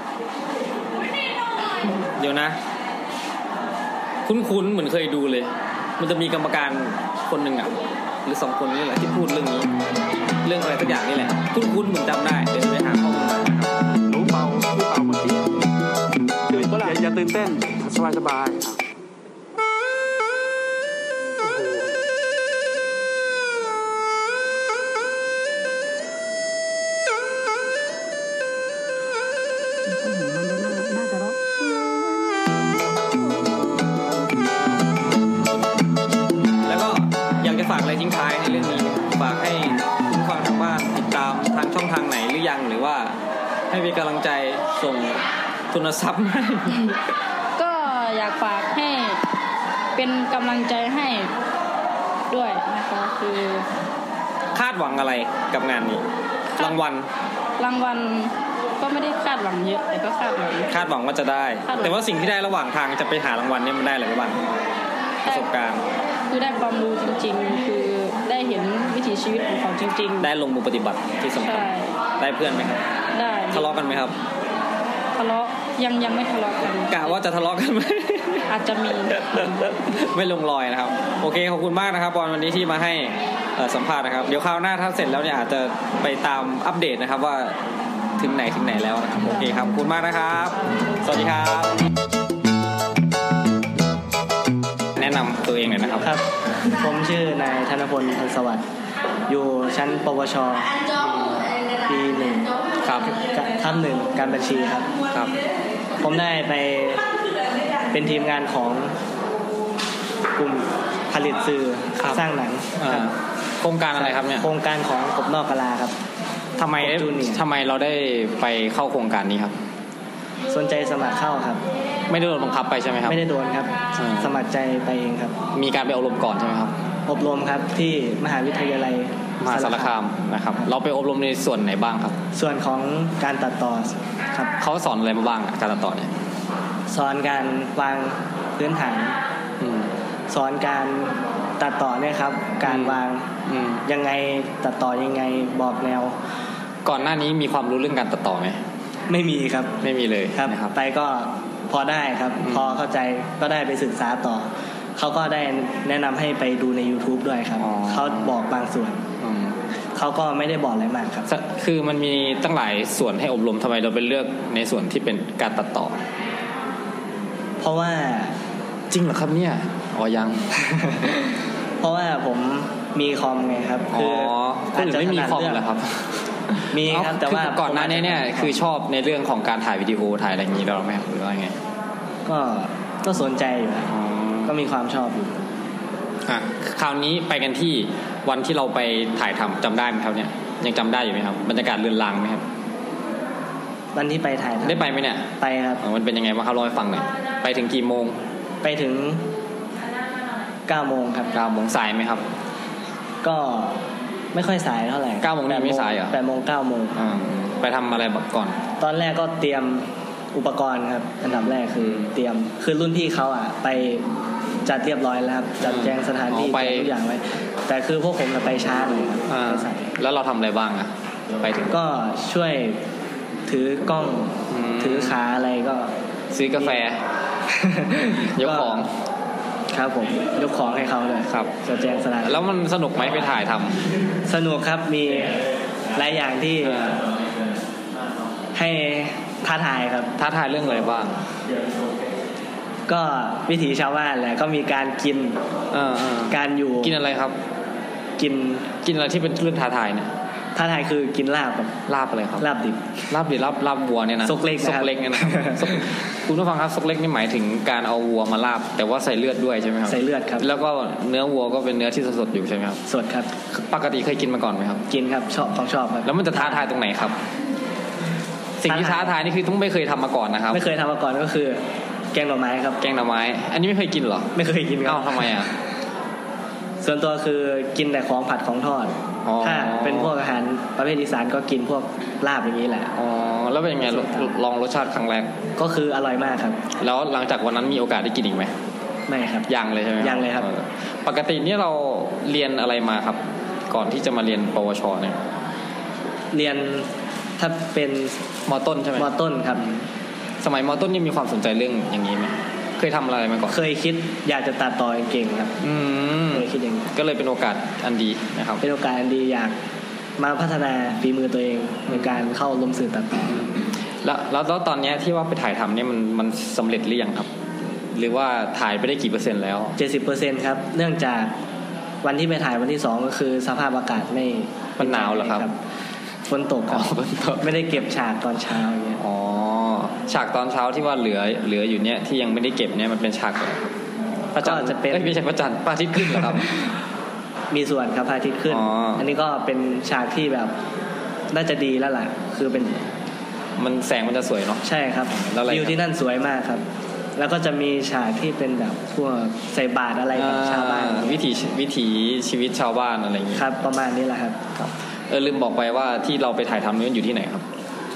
เดี๋ยวนะคุ้นๆเหมือนเคยดูเลยมันจะมีกรรมการคนหนึ่งอ่ะหรือสองคนนี่แหละที่พูดเรื่องนี้เรื่องอะไรสักอย่างนี่แหละคุ้นๆเหมือนจำได้เดี๋ยวจะไปหาข้อมูลมาหนูเบาผู้เบาเมื่อกี้อย่าตื่นเต้นสบายๆทิ้งท้ายในเรื่องนี้ฝากให้ผู้ฟังทางบ้านติดตามทางช่องทางไหนหรือยังหรือว่าให้มีกำลังใจส่งทุนทรัพย์ให้ก็อยากฝากให้เป็นกำลังใจให้ด้วยนะคะคือคาดหวังอะไรกับงานนี้รางวัลรางวัลก็ไม่ได้คาดหวังเยอะแต่ก็คาดหวังคาดหวังว่าจะได้แต่ว่าสิ่งที่ได้ระหว่างทางจะไปหารางวัลเนี่ยมันได้อะไรบ้างประสบการณ์คือได้ความรู้จริงๆคือได้เห็นวิถีชีวิตของเขาจริงๆได้ลงมือปฏิบัติที่สำคัญได้เพื่อนไหมครับได้ทะเลาะกันไหมครับทะเลาะยังยังไม่ทะเลาะกันกะว่าจะทะเลาะกันไหมอาจจะมีไม่ลงรอยนะครับโอเคขอบคุณมากนะครับบอลวันนี้ที่มาให้สัมภาษณ์นะครับเดี๋ยวคราวหน้าถ้าเสร็จแล้วเนี่ยอาจจะไปตามอัปเดตนะครับว่าถึงไหนถึงไหนแล้วนะครับโอเคครับขอบคุณมากนะครับสวัสดีครับแนะนำตัวเองหน่อยนะครับครับผมชื่อนายธนพลพันสวัสดิ์อยู่ชั้นปวชปีหนึ่งครับทับหนึ่งการบัญชีครับครับผมได้ไปเป็นทีมงานของกลุ่มผลิตสื่อสร้างหนังโครงการอะไรครับเนี่ยโครงการของกบนอกกะลาครับทำไมทำไมเราได้ไปเข้าโครงการนี้ครับสนใจสมัครเข้าครับไม่ได้โดนบังคับไปใช่ไหมครับไม่ได้โดนครับสมัครใจไปเองครับมีการไปอบรมก่อนใช่ไหมครับอบรมครับที่มหาวิทยาลัยมหาสารคามนะครับเราไปอบรมในส่วนไหนบ้างครับส่วนของการตัดต่อครับเขาสอนอะไรมาบ้างการตัดต่อเนี่ยสอนการวางพื้นฐานสอนการตัดต่อเนี่ยครับการวางยังไงตัดต่อยังไงบอกแนวก่อนหน้านี้มีความรู้เรื่องการตัดต่อไหมไม่มีครับไม่มีเลยครับนะครับไปก็พอได้ครับพอเข้าใจก็ได้ไปศึกษาต่อเขาก็ได้แนะนำให้ไปดูใน YouTube ด้วยครับเขาบอกบางส่วนเขาก็ไม่ได้บอกอะไรมากครับคือมันมีตั้งหลายส่วนให้อบรมทำไมเราไปเลือกในส่วนที่เป็นการตัดต่อเพราะว่าจริงเหรอครับเนี่ยอ๋อยังเพราะว่าผมมีคอมไงครับคืออาจจะไม่มีคอมเหรอครับมีครับแต่ว่าก่อนหน้านี้เนี่ยคือชอบในเรื่องของการถ่ายวิดีโอถ่ายอะไรอย่างนี้เราไหมหรือว่าไงก็ก็สนใจอยู่ก็มีความชอบอยู่อ่ะคราวนี้ไปกันที่วันที่เราไปถ่ายทำจำได้ไหมครับเนี่ยยังจำได้อยู่ไหมครับบรรยากาศเรือนรางไหมครับวันที่ไปถ่ายได้ไปไหมเนี่ยไปครับมันเป็นยังไงบ้างครับเล่าให้ฟังหน่อยไปถึงกี่โมงไปถึงเก้าโมงครับเก้าโมงสายไหมครับก็ไม่ค่อยสายเท่าไหร่เก้าโมงนี่ไม่สายเหรอแปดโมงเก้าโมงอ่าไปทำอะไรก่อนตอนแรกก็เตรียมอุปกรณ์ครับอันดับแรกคือเตรียมคือรุ่นพี่เขาอ่ะไปจัดเรียบร้อยแล้วครับจัดแจงสถานที่ทุกอย่างไว้แต่คือพวกผมไปช้าหน่อยครับแล้วเราทำอะไรบ้างอ่ะไปถึงก็ช่วยถือกล้องถือขาอะไรก็ซื้อกาแฟยกของครับผมยกของให้เขาเลยครับจัดแจงสถานแล้วมันสนุกไหมไปถ่ายทำสนุกครับมีหลายอย่างที่ให้ท้าทายครับท้าทายเรื่องอะไรบ้างก็วิถีชาวบ้านแหละก็มีการกินการอยู่กินอะไรครับกินกินอะไรที่เป็นเรื่องท้าทายเนี่ยท้าทายคือกินลาบแบบลาบอะไรครับลาบดิบลาบดิบลาบลาบวัวเนี่ยนะซกเล็กซกเล็กเนี่ยนะคุณผู้ฟังครับซกเล็กนี่หมายถึงการเอาวัวมาลาบแต่ว่าใส่เลือดด้วยใช่ไหมครับใส่เลือดครับแล้วก็เนื้อวัวก็เป็นเนื้อที่สดๆอยู่ใช่ไหมครับสดครับปกติเคยกินมาก่อนไหมครับกินครับชอบของชอบครับแล้วมันจะท้าทายตรงไหนครับสิ่งที่ท้าทายนี่คือต้องไม่เคยทำมาก่อนนะครับไม่เคยทำมาก่อนก็คือแกงหน่อไม้ครับแกงหน่อไม้อันนี้ไม่เคยกินหรอไม่เคยกินครับอ้าวทำไมอ่ะส่วนตัวคือกินแต่ของผัดของทอดถ้าเป็นพวกอาหารประเภทอีสานก็กินพวกลาบอย่างนี้แหละอ๋อแล้วเป็นยังไงลองรสชาติครั้งแรกก็คืออร่อยมากครับแล้วหลังจากวันนั้นมีโอกาสได้กินอีกไหมไม่ครับยังเลยใช่ไหมยังเลยครับปกตินี่เราเรียนอะไรมาครับก่อนที่จะมาเรียนปวชเนี่ยเรียนถ้าเป็นม.ต้นใช่ไหมม.ต้นครับสมัยม.ต้นนี่มีความสนใจเรื่องอย่างนี้ไหมเคยทำอะไรมาก่อนเคยคิดอยากจะตัดต่อเก่งครับอืมเคยคิดอย่างนี้ก็เลยเป็นโอกาสอันดีนะครับเป็นโอกาสอันดีอยากมาพัฒนาฝีมือตัวเองในการเข้าลงสื่อตัดต่อแล้วแล้วตอนนี้ที่ว่าไปถ่ายทำเนี่ยมันมันสำเร็จหรือยังครับหรือว่าถ่ายไปได้กี่เปอร์เซ็นต์แล้วเจ็ดสิบเปอร์เซ็นต์ ครับเนื่องจากวันที่ไปถ่ายวันที่สองก็คือสภาพอากาศไม่มันหนาวเหรอครับฝนตกครับไม่ได้เก็บฉากตอนเช้าอย่างเงี้ยอ๋อฉากตอนเช้าที่ว่าเหลือเหลืออยู่เนี่ยที่ยังไม่ได้เก็บเนี่ยมันเป็นฉากอะไรครับพระจันทร์จะเป็นไม่ใช่พระจันทร์พระอาทิตย์ขึ้นเหรอครับมีส่วนครับพระอาทิตย์ขึ้นอ, อันนี้ก็เป็นฉากที่แบบน่าจะดีแล้วล่ะคือเป็นมันแสงมันจะสวยเนาะใช่ครับวิวที่นั่นสวยมากครับแล้วก็จะมีฉากที่เป็นแบบพวกใส่บาตรอะไรกับชาวบ้านวิถีวิถีชีวิตชาวบ้านอะไรอย่างงี้ครับประมาณนี้แหละครับครับเออลืมบอกไปว่าที่เราไปถ่ายทำนี่มันอยู่ที่ไหนครับ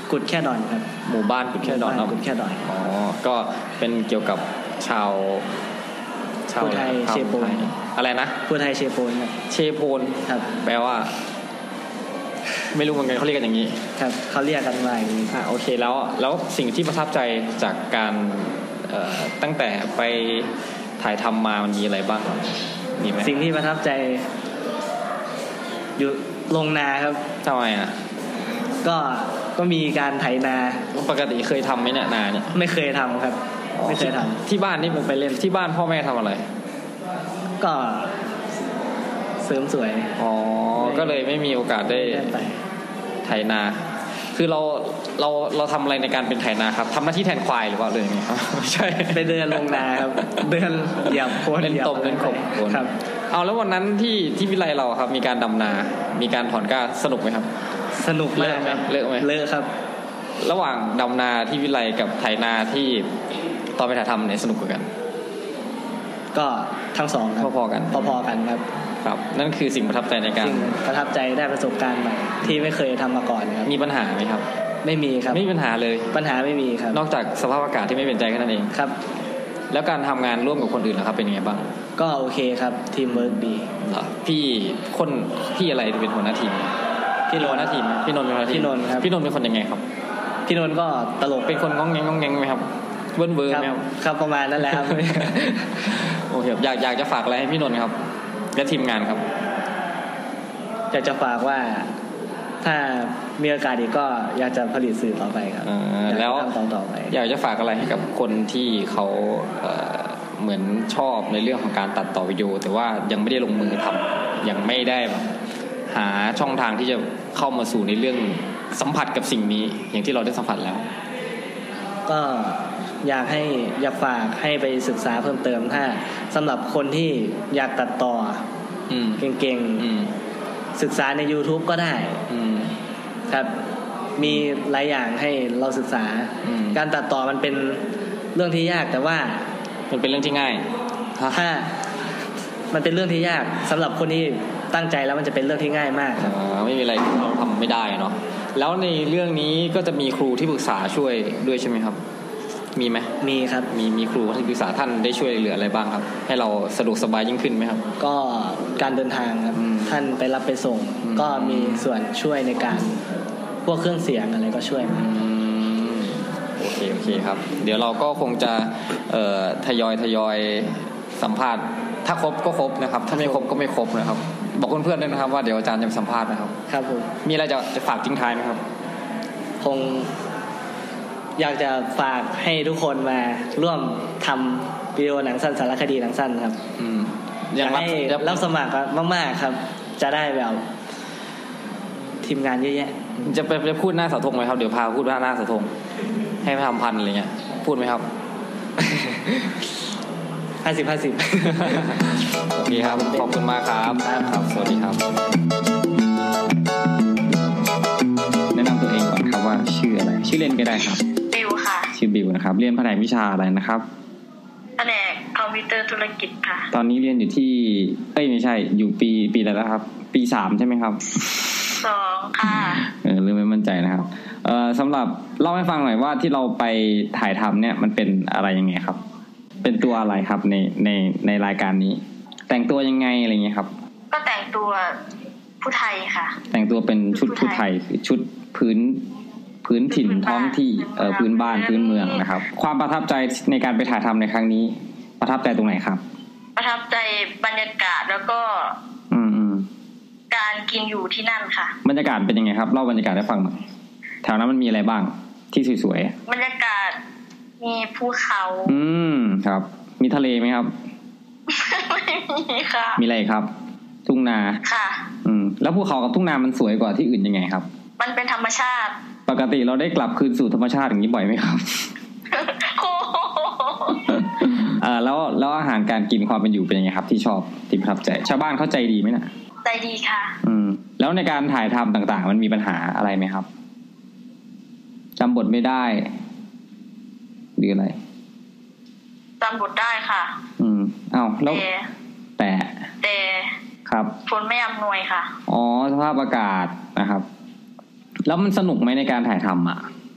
กุดแค่ดอนครับหมู่บ้านกุดแค่ดอนกุดแค่ดอนอ๋อก็เป็นเกี่ยวกับชาวชาวไทยเชโปนอะไรนะผู้ไทยเชโปนครับเชโปนครับแปลว่าไม่รู้เหมือนกันเขาเรียกกันอย่างนี้ครับเขาเรียกกันว่าอย่างนี้อ่าโอเคแล้วแล้วสิ่งที่ประทับใจจากการเอ่อตั้งแต่ไปถ่ายทำมามันมีอะไรบ้างมีไหมสิ่งที่ประทับใจอยู่ลงนาครับทำไมอ่ะก็ก็มีการไถนาปกติเคยทำไหมเนี่ยนาเนี่ยไม่เคยทำครับไม่เคยทำที่บ้านนี่ผมไปเล่นที่บ้านพ่อแม่ทำอะไรก็เสริมสวยอ๋อก็เลยไม่มีโอกาสได้ไถนาคือเราเราเราทำอะไรในการเป็นไถนาครับทำหน้าที่แทนควายหรือว่าเลยไงครับไม่ใช่ไปเดินลงนาครับเดินเหยียบโคนเล่นตมเล่นขบโคนครับเอาแล้ววันนั้นที่ที่วิไลเราครับมีการดำนามีการถอนกล้าสนุกไหมครับสนุกมากครับเลอะไหมเลอะครับระหว่างดำนาที่วิไลกับไถนาที่ตอนไปถ่ายทำเนี่ยสนุกกว่ากันก็ทั้งสองครับพอๆกันพอๆกันครับครับนั่นคือสิ่งประทับใจในการสิ่งประทับใจได้ประสบการณ์ใหม่ที่ไม่เคยทำมาก่อนครับมีปัญหาไหมครับไม่มีครับไม่มีปัญหาเลยปัญหาไม่มีครับนอกจากสภาพอากาศที่ไม่เป็นใจแค่นั้นเองครับแล้วการทำงานร่วมกับคนอื่นล่ะครับเป็นยังไงบ้างก็โอเคครับทีมเวิร์กดีเหรอพี่คนพี่อะไรเป็นหัวหน้าทีมพี่หัวหน้าทีมพี่นนท์เป็นหัวหน้าทีมพี่นนท์ครับพี่นนท์เป็นคนยังไงครับพี่นนท์ก็ตลกเป็นคนง้องแงงง้องแงงไหมครับเวิร์นเวิร์นไหมครับครับประมาณนั้นแหละครับโอเคอยากอยากจะฝากอะไรให้พี่นนท์ครับและทีมงานครับอยากจะฝากว่าถ้ามีโอกาสอีกก็อยากจะผลิตสื่อต่อไปครับแล้วต่อไปอยากจะฝากอะไรให้กับคนที่เขาเอ่อเหมือนชอบในเรื่องของการตัดต่อวิดีโอแต่ว่ายังไม่ได้ลงมือทำยังไม่ได้แบบหาช่องทางที่จะเข้ามาสู่ในเรื่องสัมผัสกับสิ่งนี้อย่างที่เราได้สัมผัสแล้วก็อยากให้อยากฝากให้ไปศึกษาเพิ่มเติมถ้าสำหรับคนที่อยากตัดต่อเก่งๆศึกษาใน YouTube ก็ได้ครับมีหลายอย่างให้เราศึกษาการตัดต่อมันเป็นเรื่องที่ยากแต่ว่ามันเป็นเรื่องที่ง่ายถ้ามันเป็นเรื่องที่ยากสำหรับคนที่ตั้งใจแล้วมันจะเป็นเรื่องที่ง่ายมากครับไม่มีอะไรเราทำไม่ได้เนาะแล้วในเรื่องนี้ก็จะมีครูที่ปรึกษาช่วยด้วยใช่ไหมครับมีไหมมีครับมีมีครูที่ปรึกษาท่านได้ช่วยเหลืออะไรบ้างครับให้เราสะดวกสบายยิ่งขึ้นไหมครับก็การเดินทางครับท่านไปรับไปส่งก็มีส่วนช่วยในการพวกเครื่องเสียงอะไรก็ช่วยมาโอเคโอเคครับเดี๋ยวเราก็คงจะเอ่อทยอยทยอยสัมภาษณ์ถ้าครบก็ครบนะครับถ้าไม่ครบก็ไม่ครบนะครับบอกเพื่อนๆด้วยนะครับว่าเดี๋ยวอาจารย์จะสัมภาษณ์นะครับครับผมมีอะไรจะจะฝากทิ้งท้ายไหมครับคงอยากจะฝากให้ทุกคนมาร่วมทำวิดีโอหนังสั้นสารคดีหนังสั้นครับอยากให้รับสมัครมากๆครับจะได้แบบทีมงานเยอะแยะจะไปไปพูดหน้าเสาธงไหมครับเดี๋ยวพาพูดหน้าหน้าเสาธงให้ไปทำพันอะไรเงี้ยพูดไหมครับห้าสิบห้าสิบโอเคครับขอบคุณมากครับครับสวัสดีครับแนะนำตัวเองก่อนครับว่าชื่ออะไรชื่อเล่นก็ได้ครับบิวค่ะชื่อบิวนะครับเรียนแผนกวิชาอะไรนะครับแผนกคอมพิวเตอร์ธุรกิจค่ะตอนนี้เรียนอยู่ที่เอ้ยไม่ใช่อยู่ปีปีอะไรแล้วครับปีสามใช่ไหมครับสองค่ะเออลืมไม่มั่นใจนะครับเอ่อสำหรับเล่าให้ฟังหน่อยว่าที่เราไปถ่ายทำเนี่ยมันเป็นอะไรยังไงครับเป็นตัวอะไรครับในในในรายการนี้แต่งตัวยังไงอะไรเงี้ยครับก็แต่งตัวผู้ไทยค่ะแต่งตัวเป็นชุดผู้ไทยชุดพื้นพื้นถิ่นท้องที่เอ่อพื้นบ้านพื้นเมืองนะครับความประทับใจในการไปถ่ายทำในครั้งนี้ประทับใจตรงไหนครับประทับใจบรรยากาศแล้วก็อืมการกินอยู่ที่นั่นค่ะบรรยากาศเป็นยังไงครับเล่าบรรยากาศให้ฟังหน่อยแถวนั้นมันมีอะไรบ้างที่สวยๆบรรยากาศมีภูเขาอืมครับมีทะเลไหมครับไม่มีค่ะมีอะไรครับทุ่งนาค่ะอืมแล้วภูเขากับทุ่งนามันสวยกว่าที่อื่นยังไงครับมันเป็นธรรมชาติปกติเราได้กลับคืนสู่ธรรมชาติอย่างนี้บ่อยไหมครับเออแล้วแล้วอาหารการกินความเป็นอยู่เป็นยังไงครับที่ชอบที่ประทับใจชาวบ้านเข้าใจดีไหมน่ะใจดีค่ะอืมแล้วในการถ่ายทำต่างๆมันมีปัญหาอะไรไหมครับจำบทไม่ได้หรืออะไรจำบทได้ค่ะอืมอ้าวแล้วแต่แต่ครับฝนไม่อำนวยค่ะอ๋อสภาพอากาศนะครับแล้วมันสนุกไหมในการถ่ายทำอ่ะ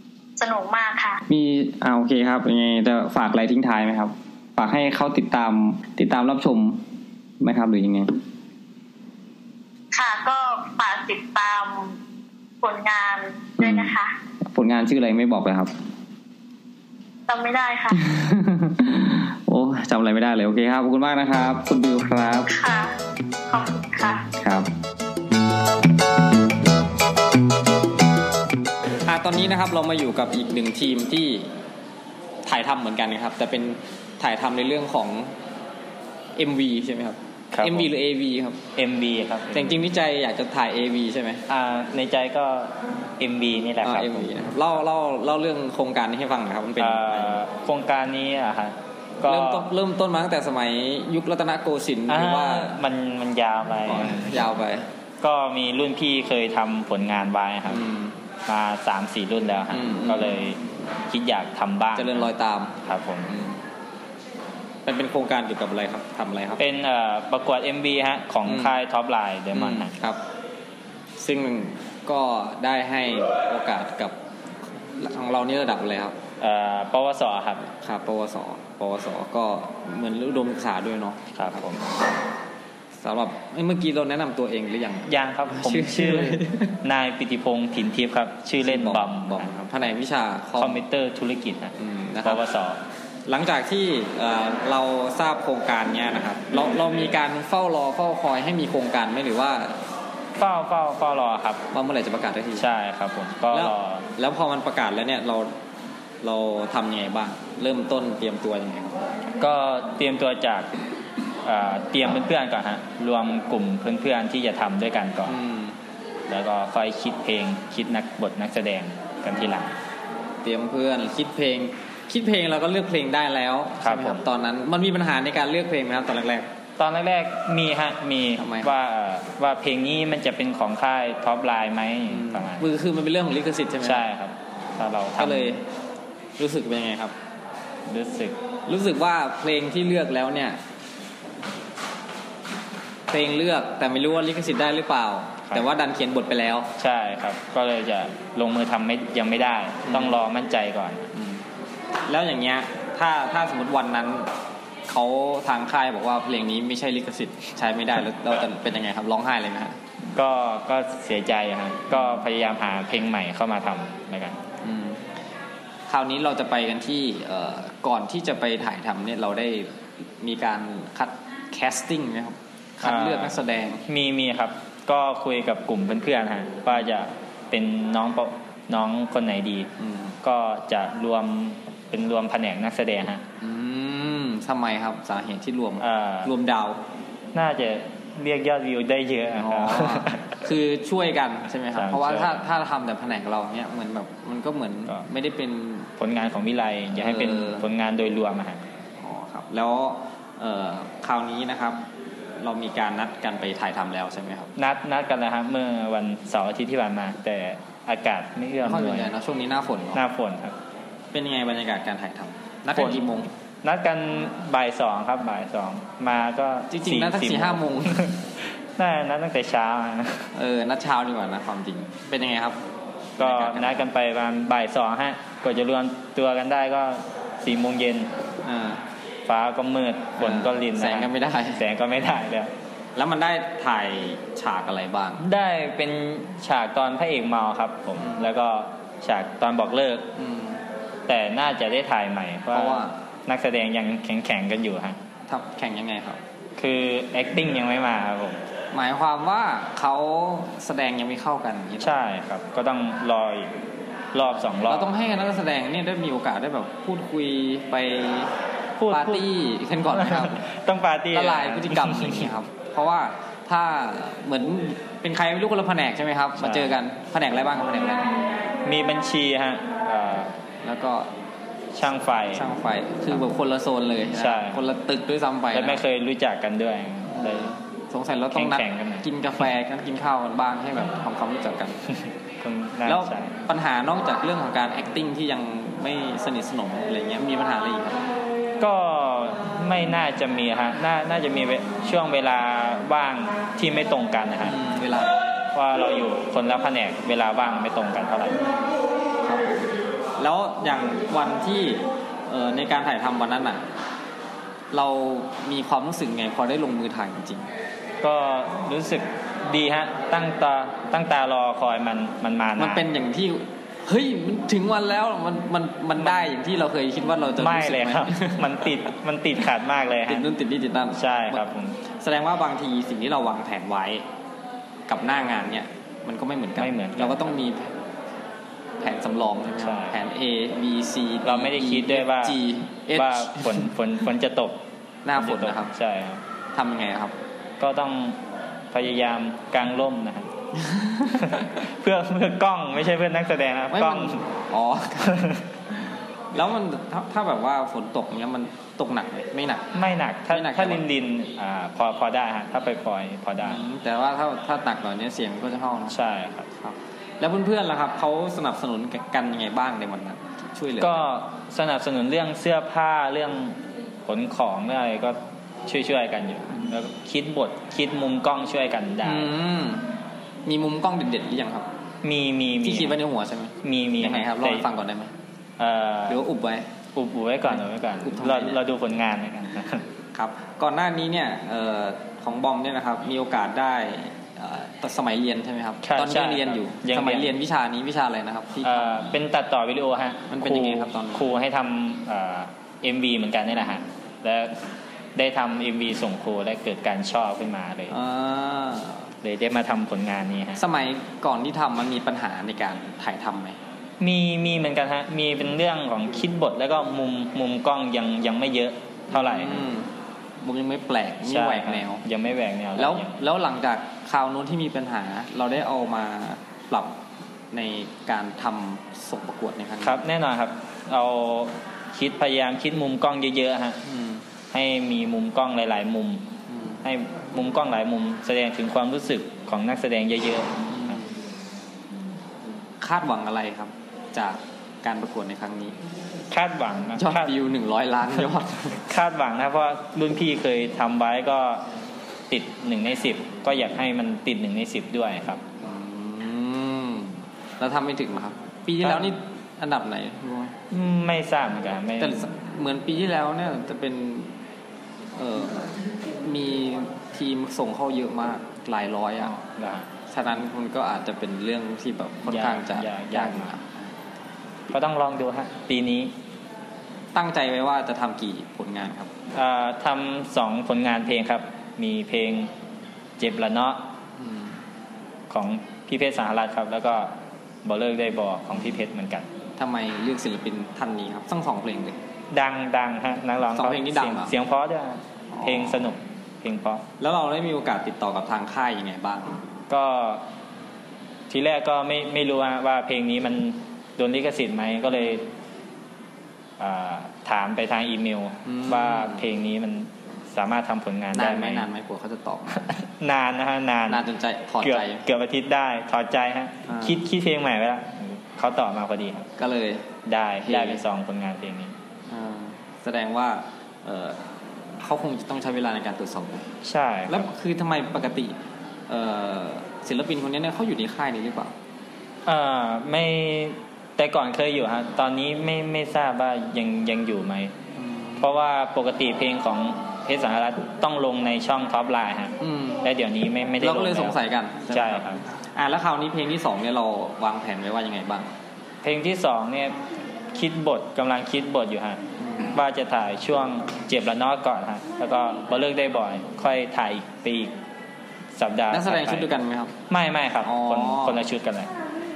สนุกมากค่ะมีอ่าโอเคครับยังไงจะฝากอะไรทิ้งท้ายไหมครับฝากให้เขาติดตามติดตามรับชมไหมครับหรือยังไงค่ะก็ฝากติดตามผลงานด้วยนะคะผลงานชื่ออะไรไม่บอกเลยครับจำไม่ได้ค่ะโอ้จำอะไรไม่ได้เลยโอเคครับขอบคุณมากนะครับคุณบิวครับค่ะขอบคุณค่ะครับอ่ะตอนนี้นะครับเรามาอยู่กับอีกหนึ่งทีมที่ถ่ายทำเหมือนกันนะครับแต่เป็นถ่ายทำในเรื่องของ เอ็ม วี ใช่ไหมครับ เอ็ม วี หรือ เอ วี ครับเอ็ม วี ครับแต่จริงๆในใจอยากจะถ่าย เอ วี ใช่ไหมอ่าในใจก็ เอ็ม วี นี่แหละครับเอ็ม วี นะครับเล่าเล่าเล่าเรื่องโครงการนี้ให้ฟังหน่อยครับมันเป็นโครงการนี้อ่ะฮะก็เริ่มต้นเริ่มต้นมาตั้งแต่สมัยยุครัตนโกสินทร์หรือว่ามันมันยาวไปยาวไปก็มีรุ่นพี่เคยทำผลงานไว้ครับมา สามสี่ รุ่นแล้วฮะก็เลยคิดอยากทำบ้างเจริญรอยตามครับผมเป็นเป็นโครงการเกี่ยวกับอะไรครับทำอะไรครับเป็นเอ่อประกวด เอ็ม วี ฮะของค่ายท็อปไลน์เดมอนครับซึ่งก็ได้ให้โอกาสกับของเรานี่ระดับอะไรครับเอ่อปวสครับครับปวสปวสก็เหมือนอุดมศึกษาด้วยเนาะครับผมสำหรับเมื่อกี้เราแนะนำตัวเองหรือยังยังครับผมชื่อนายปิติพงษ์ถิ่นทิพย์ครับชื่อเล่นบอมบอมครับแผนกวิชาคอมพิวเตอร์ธุรกิจนะปวสหลังจากที่เราทราบโครงการนี้นะครับเราเรามีการเฝ้ารอเฝ้าคอยให้มีโครงการไหมหรือว่าเฝ้าเฝ้าเฝ้ารอครับว่าเมื่อไหร่จะประกาศได้ทีใช่ครับผมก็รอแล้วพอมันประกาศแล้วเนี่ยเราเราทำยังไงบ้างเริ่มต้นเตรียมตัวยังไงครับก็เตรียมตัวจากเตรียมเพื่อนๆก่อนฮะรวมกลุ่มเพื่อนๆที่จะทำด้วยกันก่อนแล้วก็ค่อยคิดเพลงคิดนักบทนักแสดงกันทีหลังเตรียมเพื่อนคิดเพลงคิดเพลงเราก็เลือกเพลงได้แล้วใช่ไหมครับตอนนั้นมันมีปัญหาในการเลือกเพลงไหมครับตอนแรกๆตอนแรกๆมีฮะมีว่าว่าเพลงนี้มันจะเป็นของค่ายท็อปไลน์ไหมประมาณคือคือมันเป็นเรื่องของลิขสิทธิ์ใช่ไหมใช่ครับถ้าเราก็เลยรู้สึกเป็นยังไงครับรู้สึกรู้สึกว่าเพลงที่เลือกแล้วเนี่ยเพลงเลือกแต่ไม่รู้ว่าลิขสิทธิ์ได้หรือเปล่าแต่ว่าดันเขียนบทไปแล้วใช่ครับก็เลยจะลงมือทำไม่ยังไม่ได้ต้องรอมั่นใจก่อนแล้วอย่างเงี้ยถ้าถ้าสมมติวันนั้นเขาทางค่ายบอกว่าเพลงนี้ไม่ใช่ลิขสิทธิ์ใช้ไม่ได้แล้วเราจะเป็นยังไงครับร้องไห้เลยไหมฮะก็ก็เสียใจครับก็พยายามหาเพลงใหม่เข้ามาทำในกันคราวนี้เราจะไปกันที่ก่อนที่จะไปถ่ายทำเนี่ยเราได้มีการคัดแคสติ้งไหมครับคัดเลือกนักแสดงมีมีครับก็คุยกับกลุ่มเพื่อนๆฮะว่าจะเป็นน้องน้องคนไหนดีก็จะรวมเป็นรวมแผนกนักแสดงฮะอืมทำไมครับสาเหตุที่รวมรวมดาวน่าจะเรียกยอดวิวได้เยอะอ๋อคือช่วยกันใช่ไหมครับเพราะว่าถ้าถ้าทำแต่แผนกเราเนี้ยเหมือนแบบมันก็เหมือนไม่ได้เป็นผลงานของวิไลอยากให้เป็นผลงานโดยรวมฮะอ๋อครับแล้วคราวนี้นะครับเรามีการนัดกันไปถ่ายทำแล้วใช่ไหมครับนัดนัดกันแล้วครับเมื่อวันเสาร์อาทิตย์ที่ผ่านมาแต่อากาศไม่เอื้ออำนวยนะช่วงนี้หน้าฝนหน้าฝนครับเป็นยังไงบรรยากาศการถ่ายทำนัดกันกี่โมงนัดกันบ่ายสองครับบ่ายสองมาก็จริงๆนัดตั้งสี่ห้าโมงน่านัดตั้งแต่เช้าเออนัดเช้าดีกว่านะความจริงเป็นยังไงครับก็นัดกันไปประมาณบ่ายสองฮะกว่าจะรวมตัวกันได้ก็สี่โมงเย็นฟ้าก็มืดฝนก็รินแสงก็ไม่ได้แสงก็ไม่ได้เลยแล้วมันได้ถ่ายฉากอะไรบ้างได้เป็นฉากตอนพระเอกเมาครับผมแล้วก็ฉากตอนบอกเลิกแต่น่าจะได้ถ่ายใหม่เพราะว่านักแสดงยังแข็งๆกันอยู่ฮะแข่งยังไงครับคือ acting ยังไม่มาครับผมหมายความว่าเขาแสดงยังไม่เข้ากันใช่ครับก็ต้องรออีกรอบสองรอบเราต้องให้นักแสดงเนี่ยได้มีโอกาสได้แบบพูดคุยไปปาร์ตี้กันก่อนนะครับต้องปาร์ตี้ละลายพฤติกรรมอย่างนี้ครับเพราะว่าถ้าเหมือนเป็นใครไม่รู้คนละแผนกใช่ไหมครับมาเจอกันแผนกอะไรบ้างครับแผนกอะไรมีบัญชีฮะแล้วก็ช่างไฟช่างไฟคือแบบคนละโซนเลยใช่คนละตึกด้วยซ้ำไปและไม่เคยรู้จักกันด้วยเลยสงสัยเราต้องนัดกินกาแฟกันกินข้าวกันบ้างให้แบบทำความรู้จักกันแล้วปัญหานอกจากเรื่องของการ acting ที่ยังไม่สนิทสนมอะไรเงี้ยมีปัญหาอะไรอีกครับก็ไม่น่าจะมีฮะน่าน่าจะมีช่วงเวลาว่างที่ไม่ตรงกันนะฮะเวลาว่าเราอยู่คนละแผนกเวลาว่างไม่ตรงกันเท่าไหร่ครับแแล้วอย่างวันที่เอ่อในการถ่ายทำวันนั้นน่ะเรามีความรู้สึกไงพอได้ลงมือถ่ายจริงๆก็รู้สึกดีฮะตั้งตาตั้งตารอคอยมันมันมานานมันเป็นอย่างที่เฮ้ยมันถึงวันแล้วมันมันมันได้อย่างที่เราเคยคิดว่าเราจะรู้สึกไหมไม่เลยครับมันติดมันติดขัดมากเลยฮะติดนู่นติดนี่ติดนั่นใช่ครับแสดงว่าบางทีสิ่งที่เราวางแผนไว้กับหน้างานเนี่ยมันก็ไม่เหมือนกันเราก็ต้องมีแผนสำรองใช่ไหมแผน A B C เราไม่ได้คิดด้วยว่า G ว่าฝนฝนฝนจะตกหน้าฝนนะครับใช่ครับทำยังไงครับก็ต้องพยายามกางร่มนะครับเพื่อเพื่อกล้องไม่ใช่เพื่อนักแสดงนะกล้องอ๋อแล้วมันถ้าถ้าแบบว่าฝนตกเนี้ยมันตกหนักไหมไม่หนักไม่หนักถ้าถ้าลินลินอ่าพอพอได้ฮะถ้าไปปล่อยพอได้แต่ว่าถ้าถ้าหนักหน่อยเนี้ยเสียงก็จะเข้านะใช่ครับครับแล้วเพื่อนๆล่ะครับเขาสนับสนุนกันยังไงบ้างในวันนั้นช่วยเหลือก็สนับสนุนเรื่องเสื้อผ้าเรื่องขนของเรื่องอะไรก็ช่วยๆกันอยู่แล้วคิดบทคิดมุมกล้องช่วยกันได้มีมุมกล้องเด็ดๆหรือยังครับมีมีที่คิดไว้ในหัวใช่ไหมมีมียังไงครับลองฟังก่อนได้ไหมหรือว่าอุบไว้อุบอุบไว้ก่อนอุบไว้ก่อนเราเราดูผลงานกันครับก่อนหน้านี้เนี่ยของบอมเนี่ยนะครับมีโอกาสได้สมัยเรียนใช่ไหมครับตอนที่เรียนอยู่สมัยเรียนวิชานี้วิชาอะไรนะครับที่เป็นตัดต่อวิดีโอฮะมันเป็นยังไงครับตอนครูให้ทำเอ็มวีเหมือนกันนี่แหละฮะแล้วได้ทำเอ็มวีส่งครูและเกิดการชอบขึ้นมาเลยเลยได้มาทำผลงานนี้ฮะสมัยก่อนที่ทำมันมีปัญหาในการถ่ายทำไหมมีมีเหมือนกันฮะมีเป็นเรื่องของคิดบทแล้วก็มุมมุมกล้องยังยังไม่เยอะเท่าไหร่มุมยังไม่แปลกไม่แหวกแนวยังไม่แหวกแนวแล้วแล้วหลังจากคราวนู้นที่มีปัญหาเราได้เอามาปรับในการทำส่งประกวดในครั้งนี้ครับแน่นอนครับเอาคิดพยายามคิดมุมกล้องเยอะๆฮะให้มีมุมกล้องหลายๆมุมให้มุมกล้องหลายมุมแสดงถึงความรู้สึกของนักแสดงเยอะๆคาดหวังอะไรครับจากการประกวดในครั้งนี้คาดหวังนะยอดวิวหนึ่งร้อยล้านยอดคาดหวังนะเพราะรุ่นพี่เคยทำไว้ก็ติดหนึ่งในสิบก็อยากให้มันติดหนึ่งในสิบด้วยครับแล้วทำไม่ถึงหรอครับปีที่แล้วนี่อันดับไหนไม่ทราบเหมือนกันไม่แต่เหมือนปีที่แล้วเนี่ยจะเป็นเออมีทีมส่งเข้าเยอะมากหลายร้อยอ่ะฉะนั้นมันก็อาจจะเป็นเรื่องที่แบบค่อนข้างจะยากมากก็ต้องลองดูฮะปีนี้ตั้งใจไว้ว่าจะทำกี่ผลงานครับทำสองผลงานเพลงครับมีเพลงเจ็บละเนาะของพี่เพชรสหรัฐครับแล้วก็บ่เลิกได้บ่ของพี่เพชรเหมือนกันทำไมเลือกศิลปินท่านนี้ครับทั้งสองเพลงเลยดังดังฮะนักร้องสองเพลงนี้ดังเสียงเพราะด้วยเพลงสนุกเพลงเพราะแล้วเราได้มีโอกาสติดต่อกับทางค่ายยังไงบ้างก็ทีแรกก็ไม่ไม่รู้ว่าเพลงนี้มันโดนลิขสิทธิ์ไหมก็เลยถามไปทางอีเมลว่าเพลงนี้มันสามารถทำผลงานได้ไหมนานไหมกว่าเขาจะตอบนานนะฮะนานนานจนใจถอดใจเกือบอาทิตย์ได้ถอดใจฮะคิดคิดเพลงใหม่ไว้แล้วเขาตอบมาพอดีครับก็เลยได้ได้เป็นซองผลงานเพลงนี้แสดงว่าเขาคงจะต้องใช้เวลาในการตรวจสอบใช่แล้วคือทำไมปกติศิลปินคนนี้เนี่ยเขาอยู่ในค่ายนี้หรือเปล่าอ่าไม่แต่ก่อนเคยอยู่ฮะตอนนี้ไม่ไม่ทราบว่ายังยังอยู่ไหมเพราะว่าปกติเพลงของเพชรสหรัฐต้องลงในช่องท็อปไลน์ฮะและเดี๋ยวนี้ไม่ไม่ได้ลงเราก็เลยสงสัยกันใช่ครับอ่าแล้วคราวนี้เพลงที่สองเนี่ยเราวางแผนไว้ว่ายังไงบ้างเพลงที่สองเนี่ยคิดบทกำลังคิดบทอยู่ฮะว่าจะถ่ายช่วงเจ็บละนอกก่อนฮะแล้วก็บ่เลิกได้บ่อยค่อยถ่ายอีกปีสัปดาห์นักแสดงชุดเดียวกันไหมครับไม่ไม่ครับคนคนละชุดกันเลย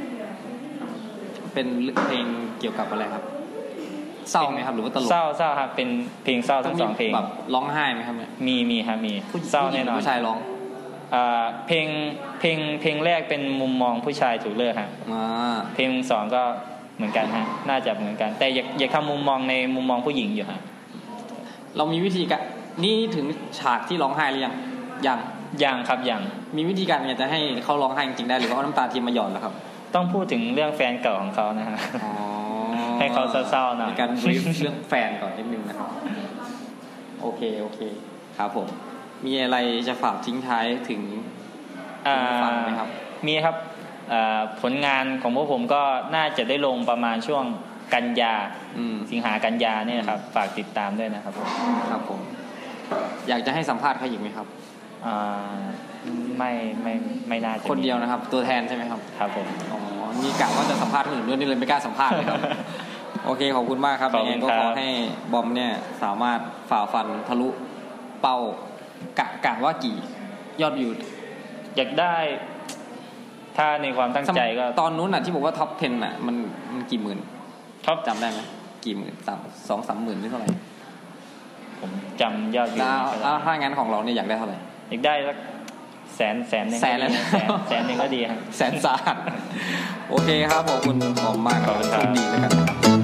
เป็นเพลงเกี่ยวกับอะไรครับเศร้าไหมครับหรือว่าตลกเศร้าเศร้าครับเป็นเพลงเศร้าทั้งสองเพลงแบบร้องไห้ไหมครับเนี่ยมีมีครับมีเศร้าแน่นอนผู้ชายร้องอ่าเพลงเพลงเพลงแรกเป็นมุมมองผู้ชายถูกเลิกฮะเพลงสองก็เหมือนกันฮะน่าจะเหมือนกันแต่อยากอยากทำมุมมองในมุมมองผู้หญิงอยู่ฮะเรามีวิธีการนี่ถึงฉากที่ร้องไห้หรือยังยังยังครับยังมีวิธีการไงจะให้เขาร้องไห้จริงๆได้หรือว่าน้ำตาทีมมาหยอดแล้วครับต้องพูดถึงเรื่องแฟนเก่าของเขานะฮะให้เขาเศร้าๆหน่อยมีการบรีฟเรื่องแฟนก่อนนิดนึงนะครับโอเคโอเคครับผมมีอะไรจะฝากทิ้งท้ายถึงฟังไหมครับมีครับผลงานของพวกผมก็น่าจะได้ลงประมาณช่วงกันยาสิงหากันยาเนี่ยครับฝากติดตามด้วยนะครับครับผมอยากจะให้สัมภาษณ์ใครอีกไหมครับอ่าไม่ไม่ไม่น่าจะคนเดียวนะครับตัวแทนใช่ไหมครับครับผมอ๋อนี่กะว่าจะสัมภาษณ์คนอื่นด้วยนี่เลยไม่กล้าสัมภาษณ์เลยครับ โอเคขอบคุณมากครับยังไงก็ขอให้บอมเนี่ยสามารถฝ่าฟันทะลุเป้ากะกะว่ากี่ยอดวิวอยากได้ถ้าในความตั้งใจก็ตอนนู้นน่ะที่บอกว่าท็อปสิบน่ะมันมันกี่หมื่นท็อปจำได้ไหมกี่หมื่นสามสองสามหมื่นหรือเท่าไหร่ผมจำยอดวิวแล้วถ้างั้นของเราเนี่ยอยากได้เท่าไหร่อยากได้สักแสนแสนนึงแสนแล้วแสนแสนนึงก็ดีครับแสนสาหัสโอเคครับขอบคุณหอมมากครับโชคดีแล้วกัน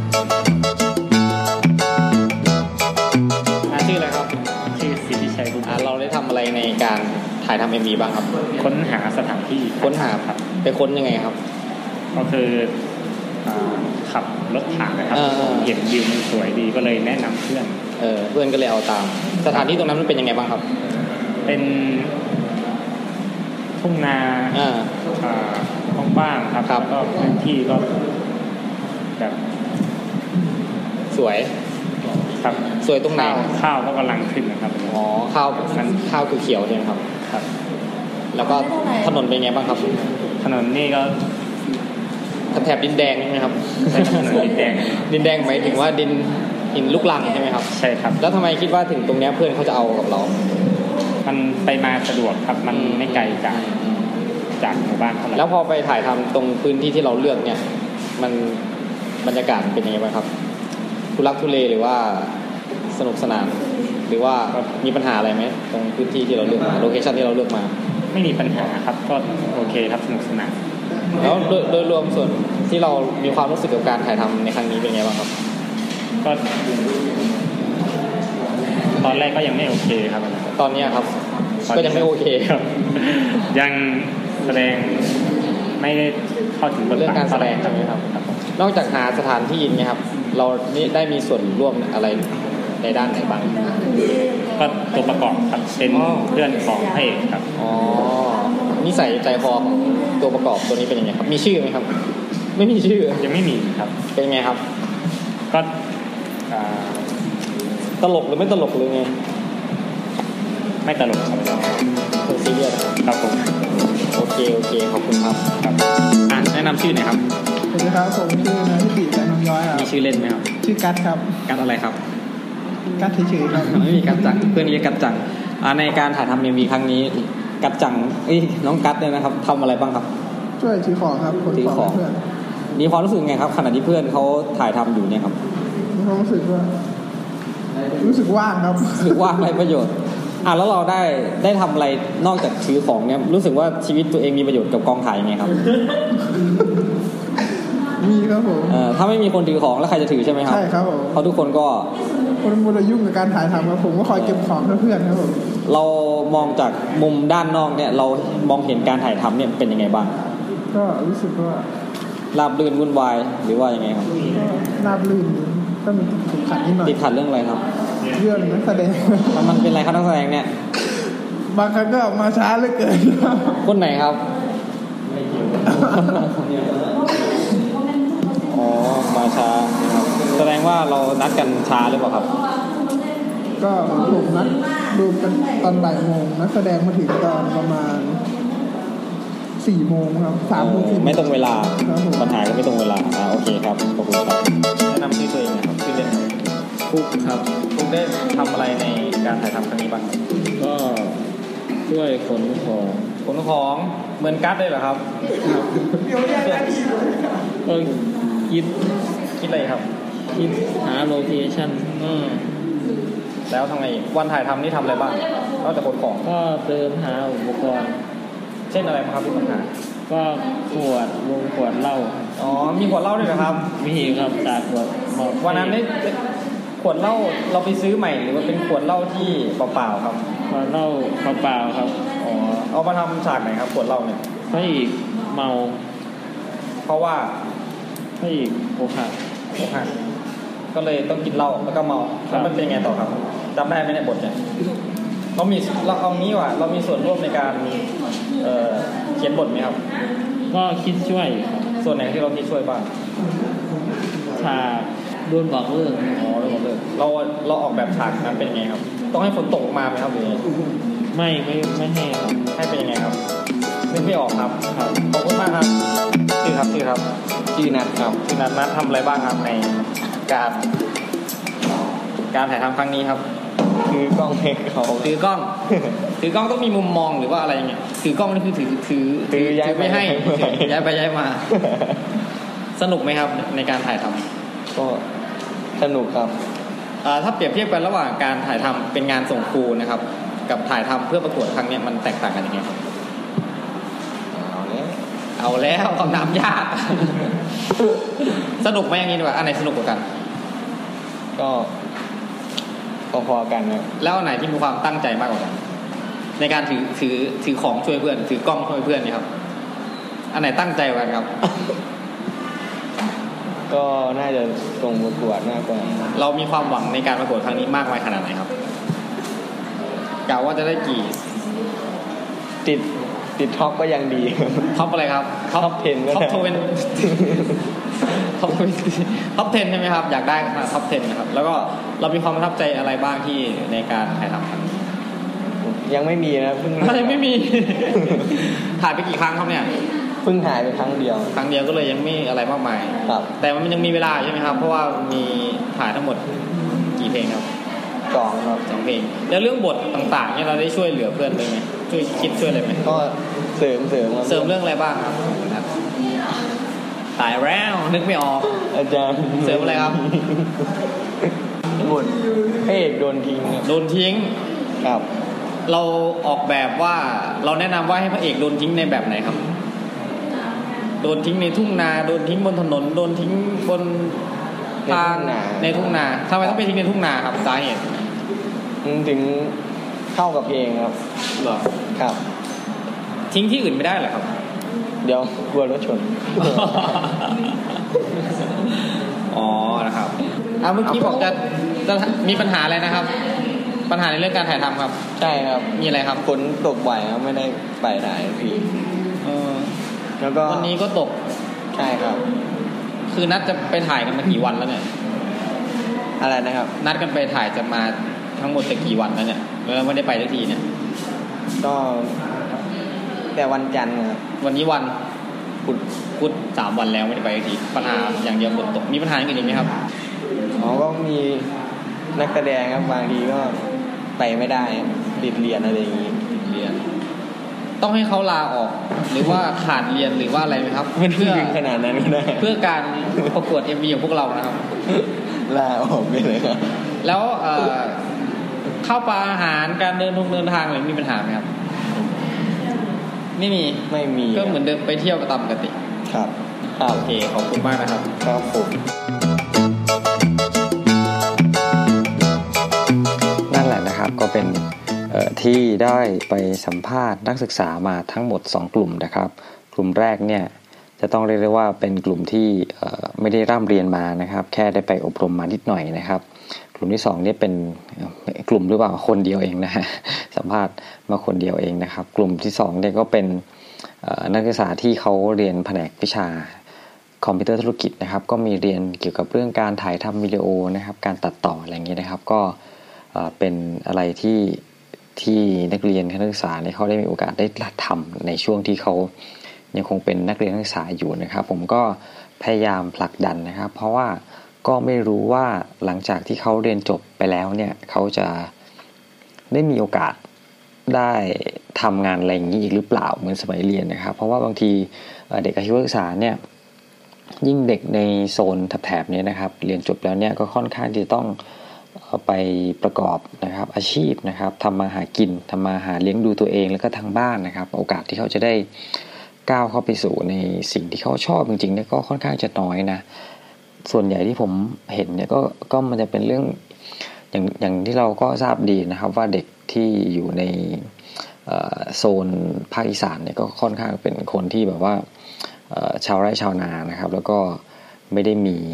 ชื่ออะไรครับชื่อสิทธิชัยบุญเราได้ทำอะไรในการถ่ายทำ เอ็ม วี บ้างครับค้นหาสถานที่ค้นหาครับไปค้นยังไงครับก็คือขับรถถังนะครับเห็นวิวมันสวยดีก็เลยแนะนำเพื่อนเออเพื่อนก็เลยเอาตามสถานที่ตรงนั้นมันเป็นยังไงบ้างครับเป็นทุ่งนาอ่าบ้างๆครับแล้วก็พื้นที่ก็แบบสวยครับสวยตรงไหนข้าวก็กำลังขึ้นนะครับอ๋อข้าวข้าวเขียวใช่ไหมครับครับแล้วก็ถนนเป็นไงบ้างครับถนนนี่ก็แถบดินแดงใช่ไหมครับถนนดินแดงดินแดงหมายถึงว่าดินหินลูกรังใช่ไหมครับใช่ครับแล้วทำไมคิดว่าถึงตรงนี้เพื่อนเขาจะเอากับเรามันไปมาสะดวกครับมันไม่ไกลจากจากหมู่บ้านเท่าไหร่แล้วพอไปถ่ายทำตรงพื้นที่ที่เราเลือกเนี่ยมันบรรยากาศเป็นยังไงบ้างครับทุลักทุเลหรือว่าสนุกสนานหรือว่ามีปัญหาอะไรไหมตรงพื้นที่ที่เราเลือกมาโลเคชั่นที่เราเลือกมาไม่มีปัญหาครับก็โอเคครับสนุกสนานแล้วโดยรวมส่วนที่เรามีความรู้สึกกับการถ่ายทำในครั้งนี้เป็นไงบ้างครับก็ตอนแรกก็ยังไม่โอเคครับตอนนี้ครับก็ยังไม่โอเคครับยังแสดงไม่ได้เข้าถึงเรื่องการแสดงใช่ไหมครับนอกจากหาสถานที่เนี่ยครับเรานี่ได้มีส่วนร่วมอะไรในด้านไหนบ้างก็ตัวประกอบครับเป็นเพื่อนของพระเอกครับอ๋อนิสัยใจคอของตัวประกอบตัวนี้เป็นยังไงครับมีชื่อไหมครับไม่มีชื่อยังไม่มีครับเป็นไงครับก็ตลกหรือไม่ตลกหรือไงไม่ตลกครับเป็นซีเรียสครับผมโอเคโอเคขอบคุณครับครับแนะนำชื่อหน่อยครับสวัสดีครับผมชื่อนายพิติจันทร์ย้อยครับมีชื่อเล่นไหมครับชื่อกั๊ดครับกั๊ดอะไรครับกั๊ดเฉยๆครับไม่มีกั๊ดจังเพื่อนเรียกกั๊ดจังในการถ่ายทำ เอ็ม วี ครั้งนี้กั๊ดจังเอ้ยน้องกั๊ดเนี่ยนะครับทำอะไรบ้างครับช่วยถือของครับถือของเพื่อนมีความรู้สึกไงครับขณะที่เพื่อนเขาถ่ายทำอยู่เนี่ยครับมีความรู้สึกว่ารู้สึกว่างครับรู้สึกว่างไรประโยชน์อ่ะแล้วเราได้ได้ทำอะไรนอกจากถือของเนี่ยรู้สึกว่าชีวิตตัวเองมีประโยชน์กับกองถ่ายยังไงครับมีครับผมเอ่อถ้าไม่มีคนถือของแล้วใครจะถือใช่ไหมครับใช่ครับผมเพราะทุกคนก็คนมัวแต่ยุ่งกับการถ่ายทำครับผมก็คอยเก็บของเพื่อนๆครับผมเรามองจากมุมด้านนอกเนี่ยเรามองเห็นการถ่ายทำเนี่ยเป็นยังไงบ้างก็รู้สึกว่าราบรื่นวุ่นวายหรือว่ายังไงครับราบรื่นก็มีติดขัดนิดหน่อยติดขัดเรื่องอะไรครับเรื่องนักแสดงมันเป็นอะไรครับนักแสดงเนี่ยบางครั้งก็มาช้าเหลือเกินคนไหนครับอ๋อมาช้าครับแสดงว่าเรานัดกันช้าหรือเปล่าครับก็ผมนัดดูกันตอนบ่ายโมงนักแสดงมาถึงตอนประมาณสี่โมงครับสามโมงไม่ตรงเวลาปัญหาก็ไม่ตรงเวลาอ่าโอเคครับขอบคุณครับแนะนำชื่อตัวเองนะครับชื่อเล่นฟุกครับฟุกได้ทำอะไรในการถ่ายทำครั้งนี้บ้างก็ช่วยขนของขนของเหมือนกั๊ดเลยเหรอครับเดี๋ยวแยกหน้าที่ก็คิดคิดอะไรครับคิดหาโลเคชั่นอืมแล้วทำไงวันถ่ายทำนี่ทำอะไรบ้างนอกจากขนของก็เดินหาอุปกรณ์เช่นอะไรครับที่ปัญหาก็ขวดวงขวดเหล้าอ๋อมีขวดเหล้าด้วยเหรอครับมีครับสาดขวดวันนั้นได้ขวดเหล้าเราไปซื้อใหม่หรือว่าเป็นขวดเหล้าที่เปล่าๆครับขวดเหล้าเปล่าๆครับอ๋อเอามาทำฉากไหนครับขวดเหล้าเนี่ยพระเอกเมาเพราะว่าพระเอกโกหกโกหกก็เลยต้องกินเหล้าแล้วก็เมาแล้วมันเป็นไงต่อครับจำได้ไหมในบทเนี่ยเรามีเราเอางี้ว่ะเรามีส่วนร่วมในการเอ่อเขียนบทไหมครับก็คิดช่วยส่วนไหนที่เราคิดช่วยบ้างฉากโดนบอกเลิกอ๋อโดนบอกเลิกเราเราออกแบบฉากนั้นเป็นยังไงครับต้องให้ฝนตกมาไหมครับหรือไม่ไม่ไม่ให้ครับให้เป็นยังไงครับนึกไม่ออกครับครับขอบคุณมากครับชื่อครับชื่อครับชื่อนัทครับชื่อนัทนัททำอะไรบ้างครับในการการถ่ายทำครั้งนี้ครับถือกล้องให้เขาถือกล้องถือกล้องต้องมีมุมมองหรือว่าอะไรอย่างเงี้ยถือกล้องนี่คือถือถือถือย้ายไม่ให้ย้ายไปย้ายมาสนุกไหมครับในการถ่ายทำก็สนุกครับถ้าเปรียบเทียบกันระหว่างการถ่ายทำเป็นงานส่งครูนะครับกับถ่ายทำเพื่อประกวดครั้งนี้มันแตกต่างกันยังไงครับเอาแล้วเอาแล้วคำถามยากสนุกไหมอย่างนี้ดีกว่าอันไหนสนุกกว่ากันก็พอๆกันนะแล้วอันไหนที่มีความตั้งใจมากกว่ากันในการถือถือถือของช่วยเพื่อนถือกล้องช่วยเพื่อนนี่ครับอันไหนตั้งใจกว่ากันครับก็น่าจะตรงประกวดมากกว่าเรามีความหวังในการประกวดครั้งนี้มากมายขนาดไหนครับกะว่าจะได้กี่ติดติดท็อปก็ยังดีท็อปอะไรครับท็อปสิบก็ได้ท็อปยี่สิบท็อปท็อปสิบใช่ไหมครับอยากได้ท็อปสิบนะครับแล้วก็เรามีความประทับใจอะไรบ้างที่ในการถ่ายทำครั้งนี้ยังไม่มีนะเพิ่งยังไม่มีถ่ายไปกี่ครั้งครับเนี่ยเพิ่งถ่ายไปครั้งเดียวครั้งเดียวก็เลยยังไม่อะไรมากมายครับแต่มันยังมีเวลาใช่ไหมครับเพราะว่ามีถ่ายทั้งหมดกี่เพลงครับสองครับสองเพลงแล้วเรื่องบทต่างๆเนี่ยเราได้ช่วยเหลือเพื่อนด้วยไหมช่วยคิดช่วยอะไรไหมก็เสริมเสริมเสริมเรื่องอะไรบ้างครับตายแล้วนึกไม่ออกอาจารย์เสริมอะไรครับบทพระเอกโดนทิ้งโดนทิ้งครับเราออกแบบว่าเราแนะนำว่าให้พระเอกโดนทิ้งในแบบไหนครับโดนทิ้งในทุ่งนาโดนทิ้งบนถนนโดนทิ้งบนทางในทุ่งนาทำไมต้องไปทิ้งในทุ่งนาครับสาเหตุถึงเข้ากับเพลงครับเหรอครับทิ้งที่อื่นไม่ได้เหรอครับเดี๋ยวกลัวรถชนอ๋อนะครับอ่ะเมื่อกี้บอกจะจะมีปัญหาอะไรนะครับปัญหาในเรื่องการถ่ายทำครับใช่ครับมีอะไรครับฝนตกบ่อยครับไม่ได้ไปถ่ายพี่เออแล้วก็วันนี้ก็ตกใช่ครับคือนัดจะไปถ่ายกันมากี่วันแล้วเนี่ยอะไรนะครับนัดกันไปถ่ายจะมาทั้งหมดจะกี่วันแล้วเนี่ยแล้วไม่ได้ไปสักทีเนี่ยก็แต่วันจันทร์ครับวันนี้วันพุธพุธสามวันแล้วไม่ได้ไปสักทีปัญหาอย่างเดียวฝนตกมีปัญหาอย่างอื่นอีกไหมครับอ๋อก็มีนักแสดงครับบางทีก็ไปไม่ได้ติดเรียนอะไรอย่างนี้ติดเรียนต้องให้เขาลาออกหรือว่าขาดเรียนหรือว่าอะไรไหมครับเพื่อขนาดนั้นก็ได้เพื่อการประกวด เอ็ม วี ของพวกเรานะครับลาออกไปเลยครับแล้วเข้าปลาอาหารการเดินทางเดินทางอะไรมีปัญหาไหมครับไม่มีไม่มีก็เหมือนเดินไปเที่ยวตามปกติครับโอเคขอบคุณมากนะครับครับผมนั่นแหละนะครับก็เป็นที่ได้ไปสัมภาษณ์นักศึกษามาทั้งหมดสองกลุ่มนะครับกลุ่มแรกเนี่ยจะต้องเรียกได้ว่าเป็นกลุ่มที่ไม่ได้ร่ำเรียนมานะครับแค่ได้ไปอบรมมานิดหน่อยนะครับกลุ่มที่สองนี่เป็นกลุ่มหรือเปล่าคนเดียวเองนะฮะสัมภาษณ์มาคนเดียวเองนะครับกลุ่มที่สองเนี่ยก็เป็นนักศึกษาที่เขาเรียนแผนกวิชาคอมพิวเตอร์ธุรกิจนะครับก็มีเรียนเกี่ยวกับเรื่องการถ่ายทำวิดีโอนะครับการตัดต่ออะไรอย่างนี้นะครับก็เป็นอะไรที่ที่นักเรียนนักศึกษาเนี่ยเขาได้มีโอกาสได้ทำในช่วงที่เขายังคงเป็นนักเรียนนักศึกษาอยู่นะครับผมก็พยายามผลักดันนะครับเพราะว่าก็ไม่รู้ว่าหลังจากที่เขาเรียนจบไปแล้วเนี่ยเขาจะได้มีโอกาสได้ทำงานอะไรอย่างนี้อีกหรือเปล่าเหมือนสมัยเรียนนะครับเพราะว่าบางทีเด็กอาชีวศึกษาเนี่ยยิ่งเด็กในโซนแถบๆนี้นะครับเรียนจบแล้วเนี่ยก็ค่อนข้างที่จะต้องไปประกอบนะครับอาชีพนะครับทำมาหากินทำมาหาเลี้ยงดูตัวเองแล้วก็ทางบ้านนะครับโอกาสที่เขาจะได้ก้าวเข้าไปสู่ในสิ่งที่เขาชอบจริงๆเนี่ยก็ค่อนข้างจะน้อยนะส่วนใหญ่ที่ผมเห็นเนี่ยก็ก็มันจะเป็นเรื่องอย่างอย่างที่เราก็ทราบดีนะครับว่าเด็กที่อยู่ในโซนภาคอีสานเนี่ยก็ค่อนข้างเป็นคนที่แบบว่าชาวไร่ชาวนานะครับแล้วก็ไม่ได้มี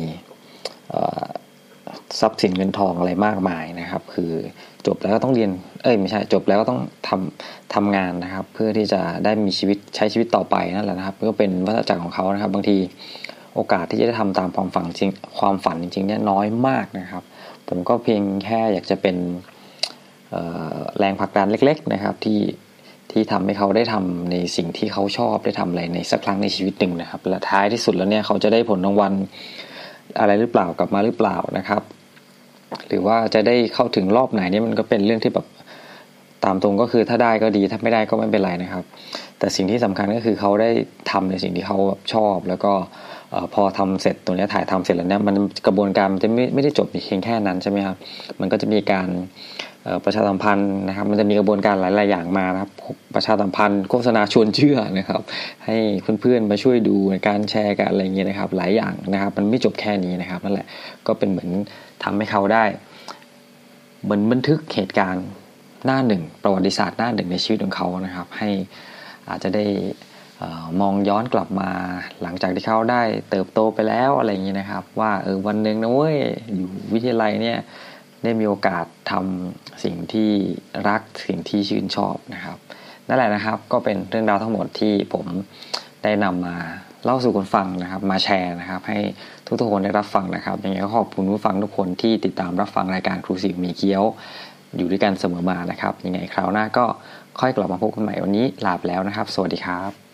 ทรัพย์สินเงินทองอะไรมากมายนะครับคือจบแล้วก็ต้องเรียนเอ้ยไม่ใช่จบแล้วก็ต้องทำทำงานนะครับเพื่อที่จะได้มีชีวิตใช้ชีวิตต่อไปนั่นแหละนะครับก็เป็นวัฏจักรของเขานะครับบางทีโอกาสที่จะได้ทำตามความฝันจริงความฝันจริงๆเนี่ยน้อยมากนะครับผมก็เพียงแค่อยากจะเป็นแรงผลักดันเล็กๆนะครับที่ที่ทำให้เขาได้ทำในสิ่งที่เขาชอบได้ทำอะไรในสักครั้งในชีวิตหนึ่งนะครับและท้ายที่สุดแล้วเนี่ยเขาจะได้ผลรางวัลอะไรหรือเปล่ากลับมาหรือเปล่านะครับหรือว่าจะได้เข้าถึงรอบไหนนี่มันก็เป็นเรื่องที่แบบตามตรงก็คือถ้าได้ก็ดีถ้าไม่ได้ก็ไม่เป็นไรนะครับแต่สิ่งที่สำคัญก็คือเขาได้ทำในสิ่งที่เขาแบบชอบแล้วก็พอทำเสร็จตัวนี้ถ่ายทำเสร็จแล้วเนี่ยมันกระบวนการมันจะไม่ไม่ได้จบเพียงแค่นั้นใช่ไหมครับมันก็จะมีการประชาสัมพันธ์นะครับมันจะมีกระบวนการหลายๆอย่างมานะครับประชาสัมพันธ์โฆษณาชวนเชื่อนะครับให้เพื่อนๆมาช่วยดูในการแชร์กันอะไรเงี้ยนะครับหลายอย่างนะครับมันไม่จบแค่นี้นะครับนั่นแหละก็เป็นเหมือนทำให้เขาได้เหมือนบันทึกเหตุการณ์หน้าหนึ่งประวัติศาสตร์หน้าหนึ่งในชีวิตของเขานะครับให้อาจจะได้มองย้อนกลับมาหลังจากที่เขาได้เติบโตไปแล้วอะไรอย่างนี้นะครับว่าเออวันหนึ่งนะเว้ยอยู่วิทยาลัยเนี่ยได้มีโอกาสทำสิ่งที่รักสิ่งที่ชื่นชอบนะครับนั่นแหละนะครับก็เป็นเรื่องราวทั้งหมดที่ผมได้นำมาเล่าสู่คนฟังนะครับมาแชร์นะครับให้ทุกๆคนได้รับฟังนะครับยังไงก็ขอบคุณผู้ฟังทุกคนที่ติดตามรับฟังรายการครูสิวมีเกี๊ยวอยู่ด้วยกันเสมอมานะครับยังไงคราวหน้าก็ค่อยกลับมาพบกันใหม่วันนี้ลาไปแล้วนะครับสวัสดีครับ